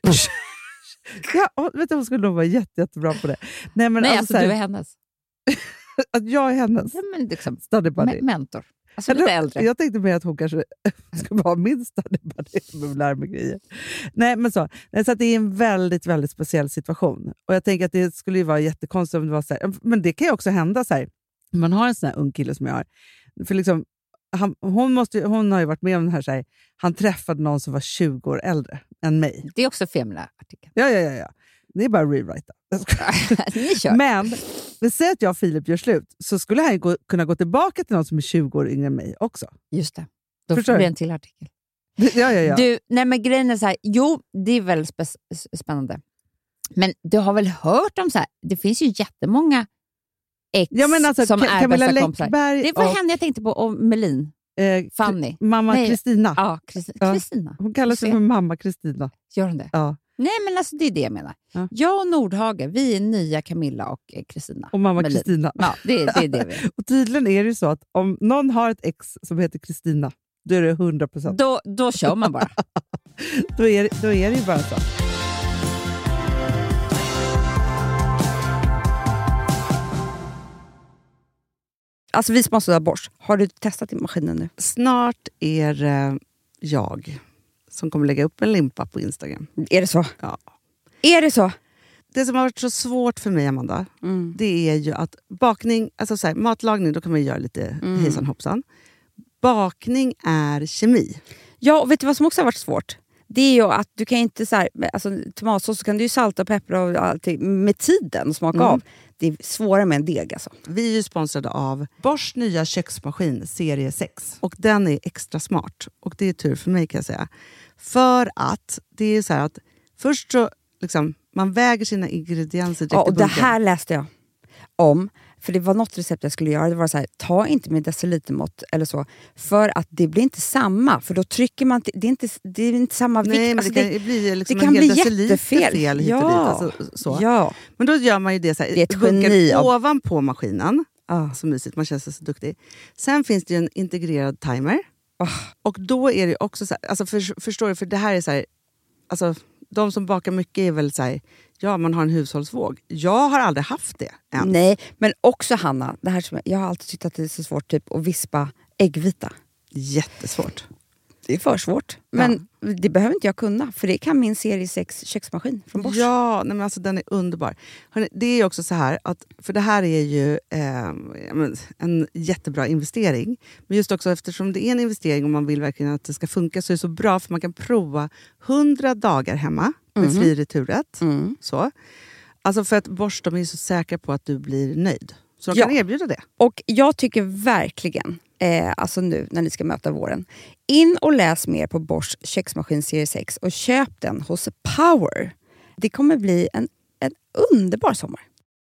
Ja, vet du, hon skulle nog vara jättebra på det. Nej, men alltså du är hennes. Att jag är hennes. Ja, men liksom, study buddy. Mentor. Alltså lite äldre. Jag tänkte mer att hon kanske ska vara min study buddy med lära mig grejer. Nej, men så att det är en väldigt, väldigt speciell situation. Och jag tänker att det skulle ju vara jättekonstigt om det var så här. Men det kan ju också hända så här. Man har en sån här ung kille som jag har. För liksom, hon har ju varit med om den här, så här, han träffade någon som var 20 år äldre än mig. Det är också Femina-artikeln. Ja. Det är bara rewrite. Men säg att jag och Filip gör slut, så skulle han kunna gå tillbaka till någon som är 20 år yngre än mig också. Just det. Då får det en till artikel. Ja. Du, nej men grejen är så här, jo, det är väldigt spännande. Men du har väl hört om så här, det finns ju jättemånga ex som är Camilla bästa kompisar. Läckberg. Det var henne jag tänkte på, och Melin. Fanny. Mamma Kristina. Ja, Kristina. Hon kallar sig för mamma Kristina. Gör hon det? Ja. Nej, men alltså det är det jag menar. Ja. Jag och Nordhage, vi är nya Camilla och Kristina. Och mamma Kristina. Ja, det är det vi är. Och tydligen är det så att om någon har ett ex som heter Kristina, då är det 100%. Då kör man bara. då är det ju bara så. Alltså vi sponsrar Bosch. Har du testat i maskinen nu? Snart är jag som kommer lägga upp en limpa på Instagram. Är det så? Ja. Är det så? Det som har varit så svårt för mig, Amanda, det är ju att bakning, alltså så här, matlagning, då kan man ju göra lite hejsan hoppsan. Bakning är kemi. Ja, och vet du vad som också har varit svårt? Det är ju att du kan inte så här, alltså tomatsås så kan du ju salta och peppra och allting med tiden och smaka av. Det är svårare med en deg alltså. Vi är ju sponsrade av Bosch nya köksmaskin serie 6. Och den är extra smart. Och det är tur för mig, kan jag säga. För att det är så här att först så liksom, man väger sina ingredienser direkt i och bunken. det här läste jag om. För det var något recept jag skulle göra. Det var så här, ta inte med decilitermått eller så. För att det blir inte samma. För då trycker man... Det är inte samma vikt. Nej, men alltså det kan bli liksom det kan en hel bli deciliter fel hit och dit. Alltså, så. Ja. Men då gör man ju det så här. Det är ett geni ovanpå maskinen. Så mysigt, man känns så duktig. Sen finns det ju en integrerad timer. Och då är det också så här, alltså förstår du, för det här är så här, alltså de som bakar mycket är väl så här, ja, man har en hushållsvåg. Jag har aldrig haft det än. Nej, men också Hanna, det här som jag har alltid tyckt att det är så svårt typ att vispa äggvita. Jättesvårt. Det är för svårt. Men det behöver inte jag kunna, för det kan min serie 6 köksmaskin från Bosch. Ja, nej, men alltså den är underbar. Hörrni, det är också så här, att, för det här är ju en jättebra investering. Men just också eftersom det är en investering och man vill verkligen att det ska funka, så är det så bra, för man kan prova 100 dagar hemma med fri returrätt. Så. Alltså för att Bosch, de är så säkra på att du blir nöjd. Så de kan erbjuda det. Och jag tycker verkligen, alltså nu när ni ska möta våren, in och läs mer på Bosch köksmaskin serie 6 och köp den hos Power. Det kommer bli en underbar sommar.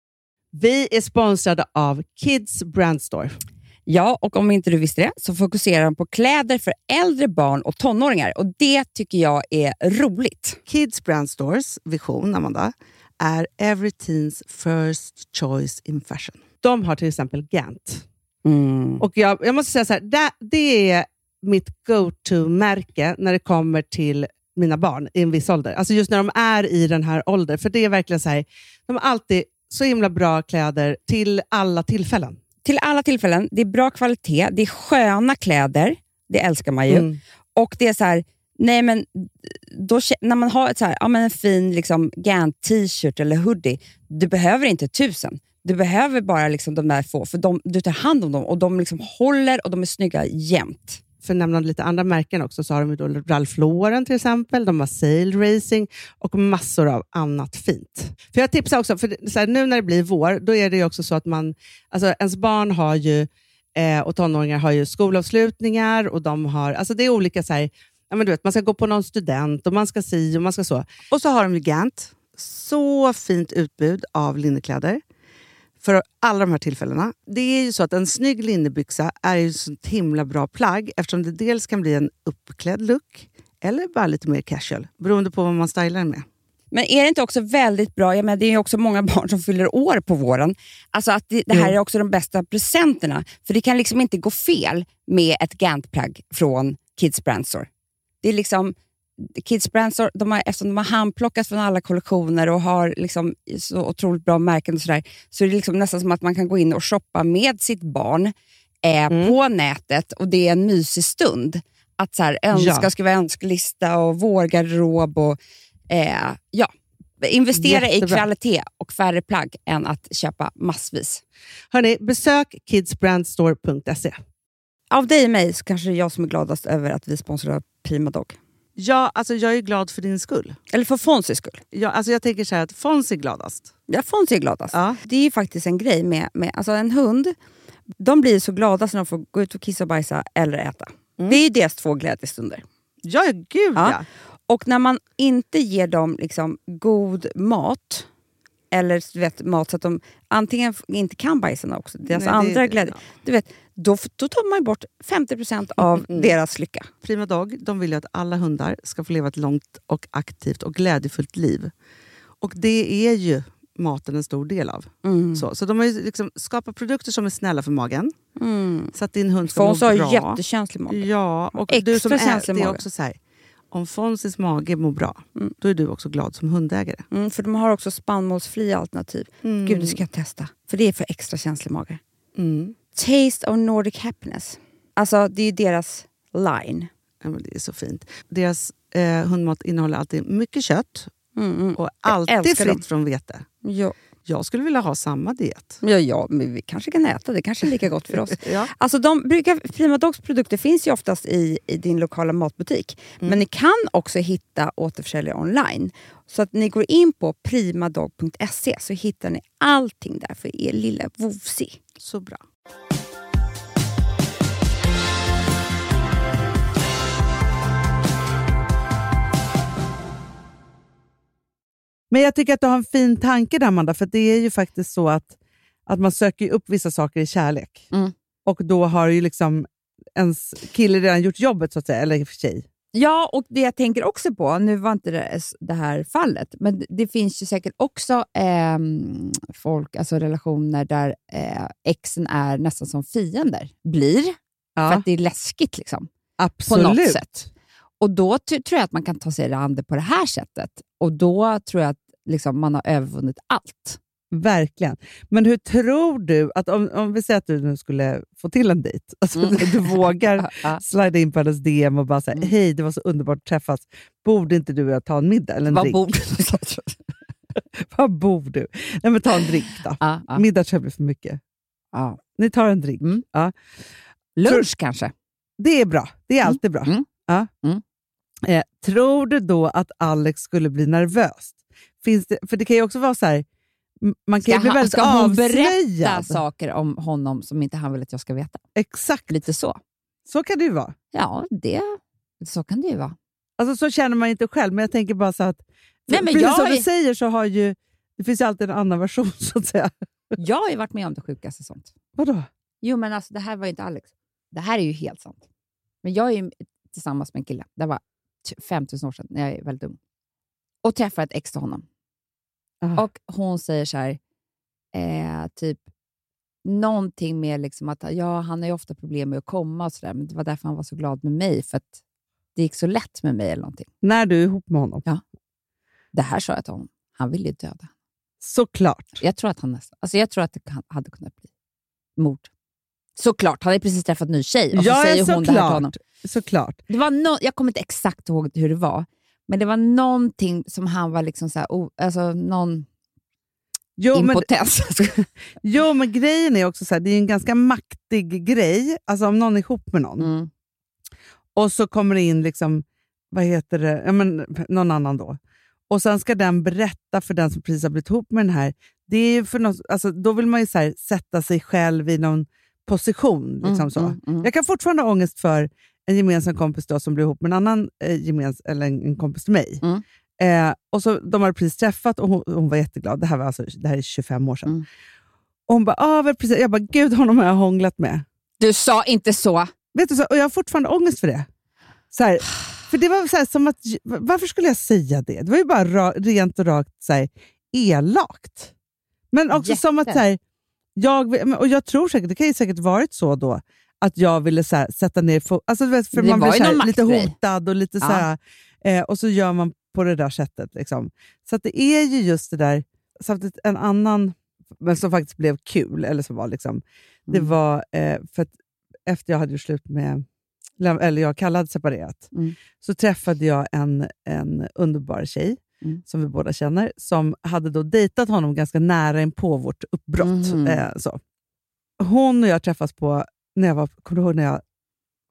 Vi är sponsrade av Kids Brand Store. Ja, och om inte du visste det så fokuserar de på kläder för äldre barn och tonåringar. Och det tycker jag är roligt. Kids Brand Stores vision, Amanda, är every teens first choice in fashion. De har till exempel Gant. Och jag måste säga så här, det är mitt go-to-märke när det kommer till mina barn i en viss ålder. Alltså just när de är i den här åldern. För det är verkligen så här, de har alltid så himla bra kläder till alla tillfällen. Till alla tillfällen. Det är bra kvalitet. Det är sköna kläder. Det älskar man ju. Och det är så här, nej men då, när man har ett så här, ja, men en fin liksom, Gant t-shirt eller hoodie, du behöver inte 1000. Du behöver bara liksom de där få, för du tar hand om dem och de liksom håller och de är snygga jämt. För att nämna lite andra märken också, så har de ju då Ralph Lauren till exempel, de har Sail Racing och massor av annat fint. För jag tipsar också, för så här, nu när det blir vår, då är det ju också så att man, alltså ens barn har ju, och tonåringar har ju skolavslutningar och de har, alltså det är olika så här, ja men du vet, man ska gå på någon student och man ska si och man ska så. Och så har de ju Gant, så fint utbud av linnekläder. För alla de här tillfällena. Det är ju så att en snygg linnebyxa är ju så himla bra plagg, eftersom det dels kan bli en uppklädd look eller bara lite mer casual, beroende på vad man stylar den med. Men är det inte också väldigt bra, jag menar, det är ju också många barn som fyller år på våren, alltså att det här är också de bästa presenterna, för det kan liksom inte gå fel med ett Gant-plagg från Kids Brand Store. Det är liksom Kids Brand Store, eftersom de har handplockat från alla kollektioner och har liksom så otroligt bra märken och sådär, så är det liksom nästan som att man kan gå in och shoppa med sitt barn på nätet, och det är en mysig stund att så här, skriva önskelista och vårgarderob och investera i kvalitet och färre plagg än att köpa massvis. Hörrni, besök kidsbrandstore.se. av dig och mig så kanske det är jag som är gladast över att vi sponsrar Prima Dog. Ja, alltså jag är glad för din skull. Eller för Fonzys skull. Ja, alltså jag tänker så här att Fonzie är gladast. Ja, Fonzie är gladast. Ja. Det är ju faktiskt en grej med alltså en hund. De blir så glada när de får gå ut och kissa och bajsa eller äta. Det är ju deras 2 glädjestunder. Ja, gud ja. Och när man inte ger dem liksom god mat, eller du vet, mat så att de antingen inte kan bajsa också, deras andra glädje, du vet, då tar man ju bort 50% av deras lycka. Prima Dog, de vill ju att alla hundar ska få leva ett långt och aktivt och glädjefullt liv. Och det är ju maten en stor del av. Så de har ju liksom skapat produkter som är snälla för magen. Så att din hund ska må bra. Fons har jättekänslig mage. Ja, och du som äter, det är också så här. Om Fonzys mage mår bra, då är du också glad som hundägare. För de har också spannmålsfria alternativ. Gud, det ska jag testa. För det är för extra känslig mage. Taste of Nordic Happiness. Alltså, det är ju deras line. Ja, men det är så fint. Deras hundmat innehåller alltid mycket kött. Och alltid fritt från vete. Ja. Jag skulle vilja ha samma diet. Ja, men vi kanske kan äta. Det kanske är lika gott för oss. Ja. Alltså Prima Dogs produkter finns ju oftast i din lokala matbutik. Men ni kan också hitta återförsäljare online. Så att ni går in på primadog.se så hittar ni allting där för er lilla vovsi. Så bra. Men jag tycker att du har en fin tanke där, Amanda, för det är ju faktiskt så att man söker upp vissa saker i kärlek. Och då har ju liksom ens kille redan gjort jobbet så att säga, eller tjej. Ja, och det jag tänker också på, nu var inte det här fallet, men det finns ju säkert också folk, alltså relationer där exen är nästan som fiender blir. För att det är läskigt liksom. Absolut. På något sätt. Och då tror jag att man kan ta sig an det på det här sättet. Och då tror jag att liksom, man har övervunnit allt. Verkligen. Men hur tror du att om vi säger att du nu skulle få till en dejt, alltså du vågar slida in på hennes DM och bara säga hej, det var så underbart att träffas. Borde inte du ta en middag eller en drink? Vad bor du? Nej, men ta en drink då. Middag tror jag blir för mycket. Ni tar en drink. Lunch kanske? Det är bra. Det är alltid bra. Tror du då att Alex skulle bli nervös? För det kan ju också vara så här, man kan ju bli väldigt avslöjad. Ska hon berätta saker om honom som inte han vill att jag ska veta? Exakt. Lite så. Så kan det ju vara. Ja, så kan det ju vara. Alltså så känner man inte själv, men jag tänker bara så att precis som du säger så har ju det finns ju alltid en annan version så att säga. Jag har ju varit med om det sjukaste sånt. Vadå? Jo, men alltså det här var ju inte Alex. Det här är ju helt sant. Men jag är ju tillsammans med en kille. Det var 5000 år sedan när jag är väldigt ung. Och träffade ett ex till honom. Och hon säger så här, typ någonting med liksom att han har ju ofta problem med att komma och sådär, men det var därför han var så glad med mig, för att det gick så lätt med mig eller någonting. När du är ihop med honom? Ja. Det här sa jag till honom. Han ville ju döda. Såklart. Jag tror att det hade kunnat bli mord. Såklart. Han hade precis träffat en ny tjej. Och så säger hon det här till honom. Såklart. Det var jag kommer inte exakt ihåg hur det var. Men det var någonting som han var liksom så här, alltså någon impotens. Men grejen är också så här, det är en ganska maktig grej. Alltså om någon är ihop med någon. Och så kommer det in liksom, någon annan då. Och sen ska den berätta för den som precis har blivit ihop med den här. Det är ju för något, alltså då vill man ju så här, sätta sig själv i någon position. Liksom så. Jag kan fortfarande ha ångest för en gemensam kompis då, som blev ihop med en annan en kompis till mig. Och så de hade precis träffat och hon var jätteglad. Det här är 25 år sedan. Och hon bara, precis. Jag bara, gud, honom har jag hånglat med. Du sa inte så. Vet du så? Och jag har fortfarande ångest för det. Så här, för det var så här, som att, varför skulle jag säga det? Det var ju bara rent och rakt så här, elakt. Men också som att så här, jag tror säkert, det kan ju säkert varit så då, att jag ville så här, sätta ner alltså, för man blir så här, lite hotad och lite så här, och så gör man på det där sättet liksom. Så att det är ju just det där, samtidigt en annan, men som faktiskt blev kul, eller som var liksom, det var för att efter jag hade gjort slut med, eller jag kallade separerat, så träffade jag en underbar tjej som vi båda känner, som hade då dejtat honom ganska nära in på vårt uppbrott. Så. Hon och jag träffas på, kommer du ihåg när jag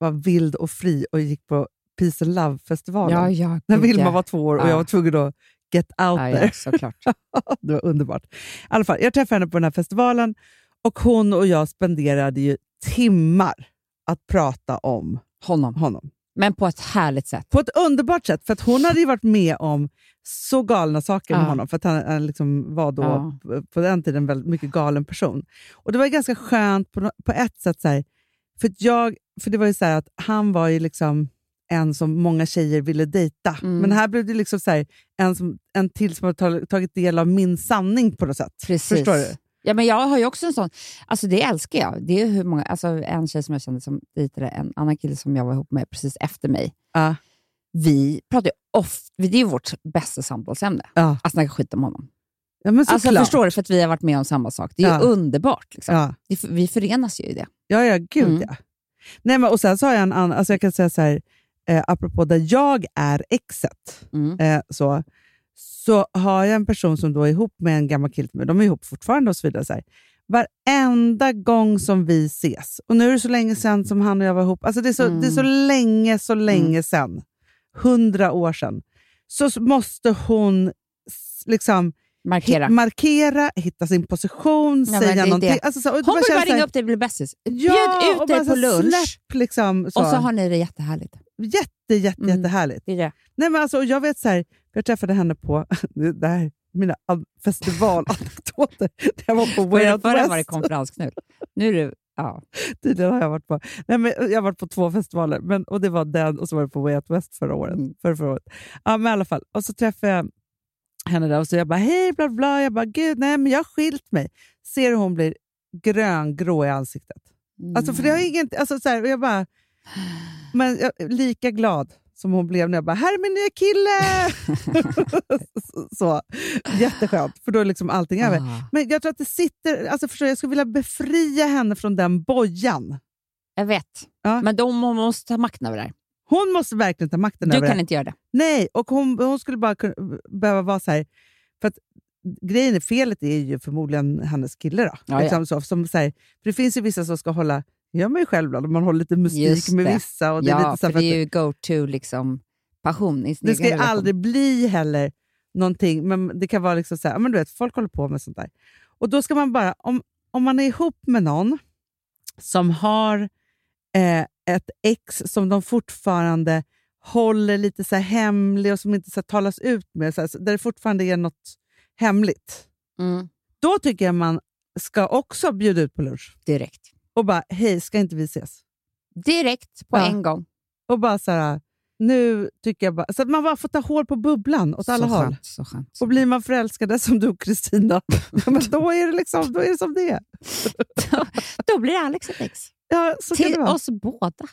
var vild och fri och gick på Peace and Love-festivalen. Ja, när Vilma var 2 år och jag var tvungen att get out there. Ja, såklart. Det var underbart. I alla fall, jag träffade henne på den här festivalen och hon och jag spenderade ju timmar att prata om honom. Men på ett härligt sätt. På ett underbart sätt, för att hon hade ju varit med om så galna saker med honom, för att han liksom var då på den tiden en väldigt mycket galen person. Och det var ganska skönt på ett sätt så här, för det var ju så här att han var ju liksom en som många tjejer ville dejta. Men här blev det liksom så här, en till som har tagit del av min sanning på något sätt. Precis. Förstår du? Ja, men jag har ju också en sån, alltså det älskar jag. Det är hur många, alltså en tjej som jag kände som dejtade en annan kille som jag var ihop med precis efter mig. Vi pratar ju ofta, det är ju vårt bästa samtalsämne. Att snacka skit om honom. Ja, men alltså förstår du, för att vi har varit med om samma sak. Det är ju underbart liksom. Vi förenas ju i det. Ja, gud ja. Nej, men och sen så har jag en annan, alltså jag kan säga så här, apropå där jag är exet, så har jag en person som då är ihop med en gammal kille, men de är ihop fortfarande och så vidare. Så här. Varenda gång som vi ses, och nu är det så länge sedan som han och jag var ihop, alltså det är så länge sedan, 100 år sedan, så måste hon liksom markera, hitta sin position, säga någonting. Alltså, hon vill bara ringa upp dig och bli bästis. Bjud ut dig på lunch. Släpp, liksom, och så har ni det jättehärligt. Jättehärligt. Det är det. Nej, men alltså, jag vet så här, jag träffade henne på det här, mina festivalanekdoter. Jag var på Way Out West. Förra var det konferensknull. Nu är det, tydligen har jag varit på. Nej, men jag har varit på 2 festivaler, och det var den, och så var det på Way Out West förra året. Förra året. Ja, men i alla fall. Och så träffade jag henne där och så jag bara, hej, bla bla. Jag bara, gud, nej, men jag har skilt mig. Ser hur hon blir grå i ansiktet. Alltså, för det har inget, alltså så här, och jag bara, men jag är lika glad som hon blev när jag bara, här är min nya kille! Så, jätteskönt, för då är liksom allting över. Men jag tror att det sitter, alltså förstår jag skulle vilja befria henne från den bojan. Jag vet, men hon måste ta makten över det här. Hon måste verkligen ta makten över det. Du kan inte göra det. Nej, och hon skulle bara behöva vara så här, för att grejen är, felet är ju förmodligen hennes kille då. Ja, liksom så, som så här, för det finns ju vissa som ska hålla, gör man ju själv ibland, man håller lite musik med vissa. Och det är lite så här, för det är ju go-to liksom passion. Det ska ju aldrig bli heller någonting, men det kan vara liksom så här, men du vet, folk håller på med sånt där. Och då ska man bara, om man är ihop med någon som har ett ex som de fortfarande håller lite så här hemlig och som inte så här talas ut med, så här, där det fortfarande är något hemligt. Då tycker jag man ska också bjuda ut på lunch. Direkt. Och bara, hej, ska inte vi ses? Direkt, på en gång. Och bara så här, nu tycker jag bara, så att man bara får ta hål på bubblan åt alla håll. Så skönt. Och blir man förälskade som du och Kristina, men då är det liksom, då är det som det är. Då blir Alex ett ex. Ja, så till oss båda.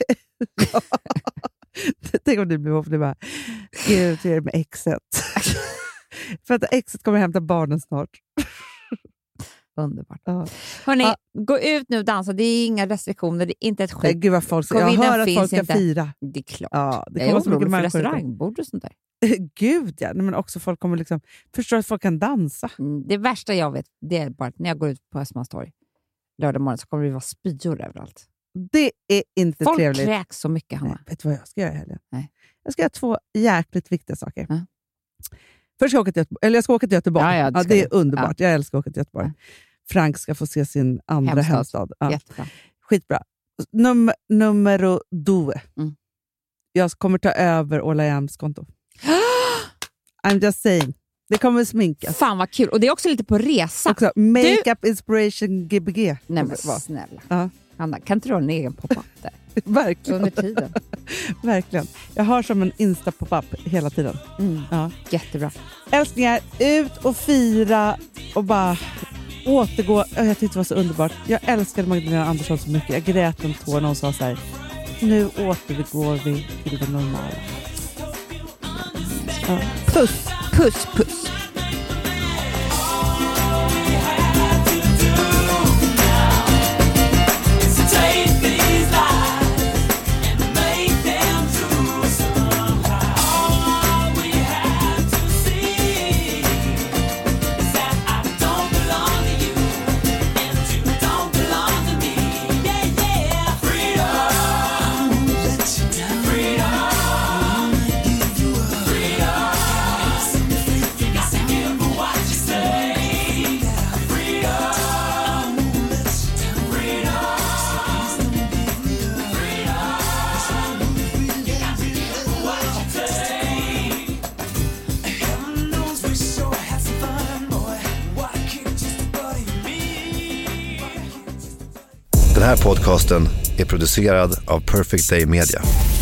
Tänk om det blir ihop, det bara, gud, hur är det med exet? För att exet kommer hämta barnen snart. Underbart. Hörrni, gå ut nu och dansa. Det är inga restriktioner, det är inte ett skit. Gud vad folk ska, jag hör att folk ska inte fira. Det är klart. Ja, det jag är orolig för människor. restaurangbord och sånt där. Gud ja, men också folk kommer liksom förstå att folk kan dansa. Det värsta jag vet, det är bara att när jag går ut på Östermalmstorg lördag morgon så kommer det vara spyor överallt. Det är inte folk trevligt. Folk kräks så mycket, Hanna. Nej, vet du vad jag ska göra i helgen? Nej. Jag ska göra 2 jäkligt viktiga saker. Först ska jag åka till Göteborg. Ja, det är underbart. Jag älskar att åka till Göteborg. Frank ska få se sin andra hemstad. Ja. Jättebra. Skitbra. Numero 2. Jag kommer ta över Ola Jäms konto. I'm just saying. Det kommer sminkas. Fan vad kul. Och det är också lite på resa. Också, makeup inspiration Gbg. Nej men snälla. Anna, kan inte du ha en egen pop-up där? Verkligen. Under tiden. Verkligen. Jag har som en Insta-pop-up hela tiden. Ja. Jättebra. Älsklingar, ut och fira och bara återgå. Jag tyckte det var så underbart. Jag älskade Magdalena Andersson så mycket. Jag grät en tår när hon sa så här: nu återgår vi till det normala. Ja. Puss. Puss, puss. Den här podcasten är producerad av Perfect Day Media.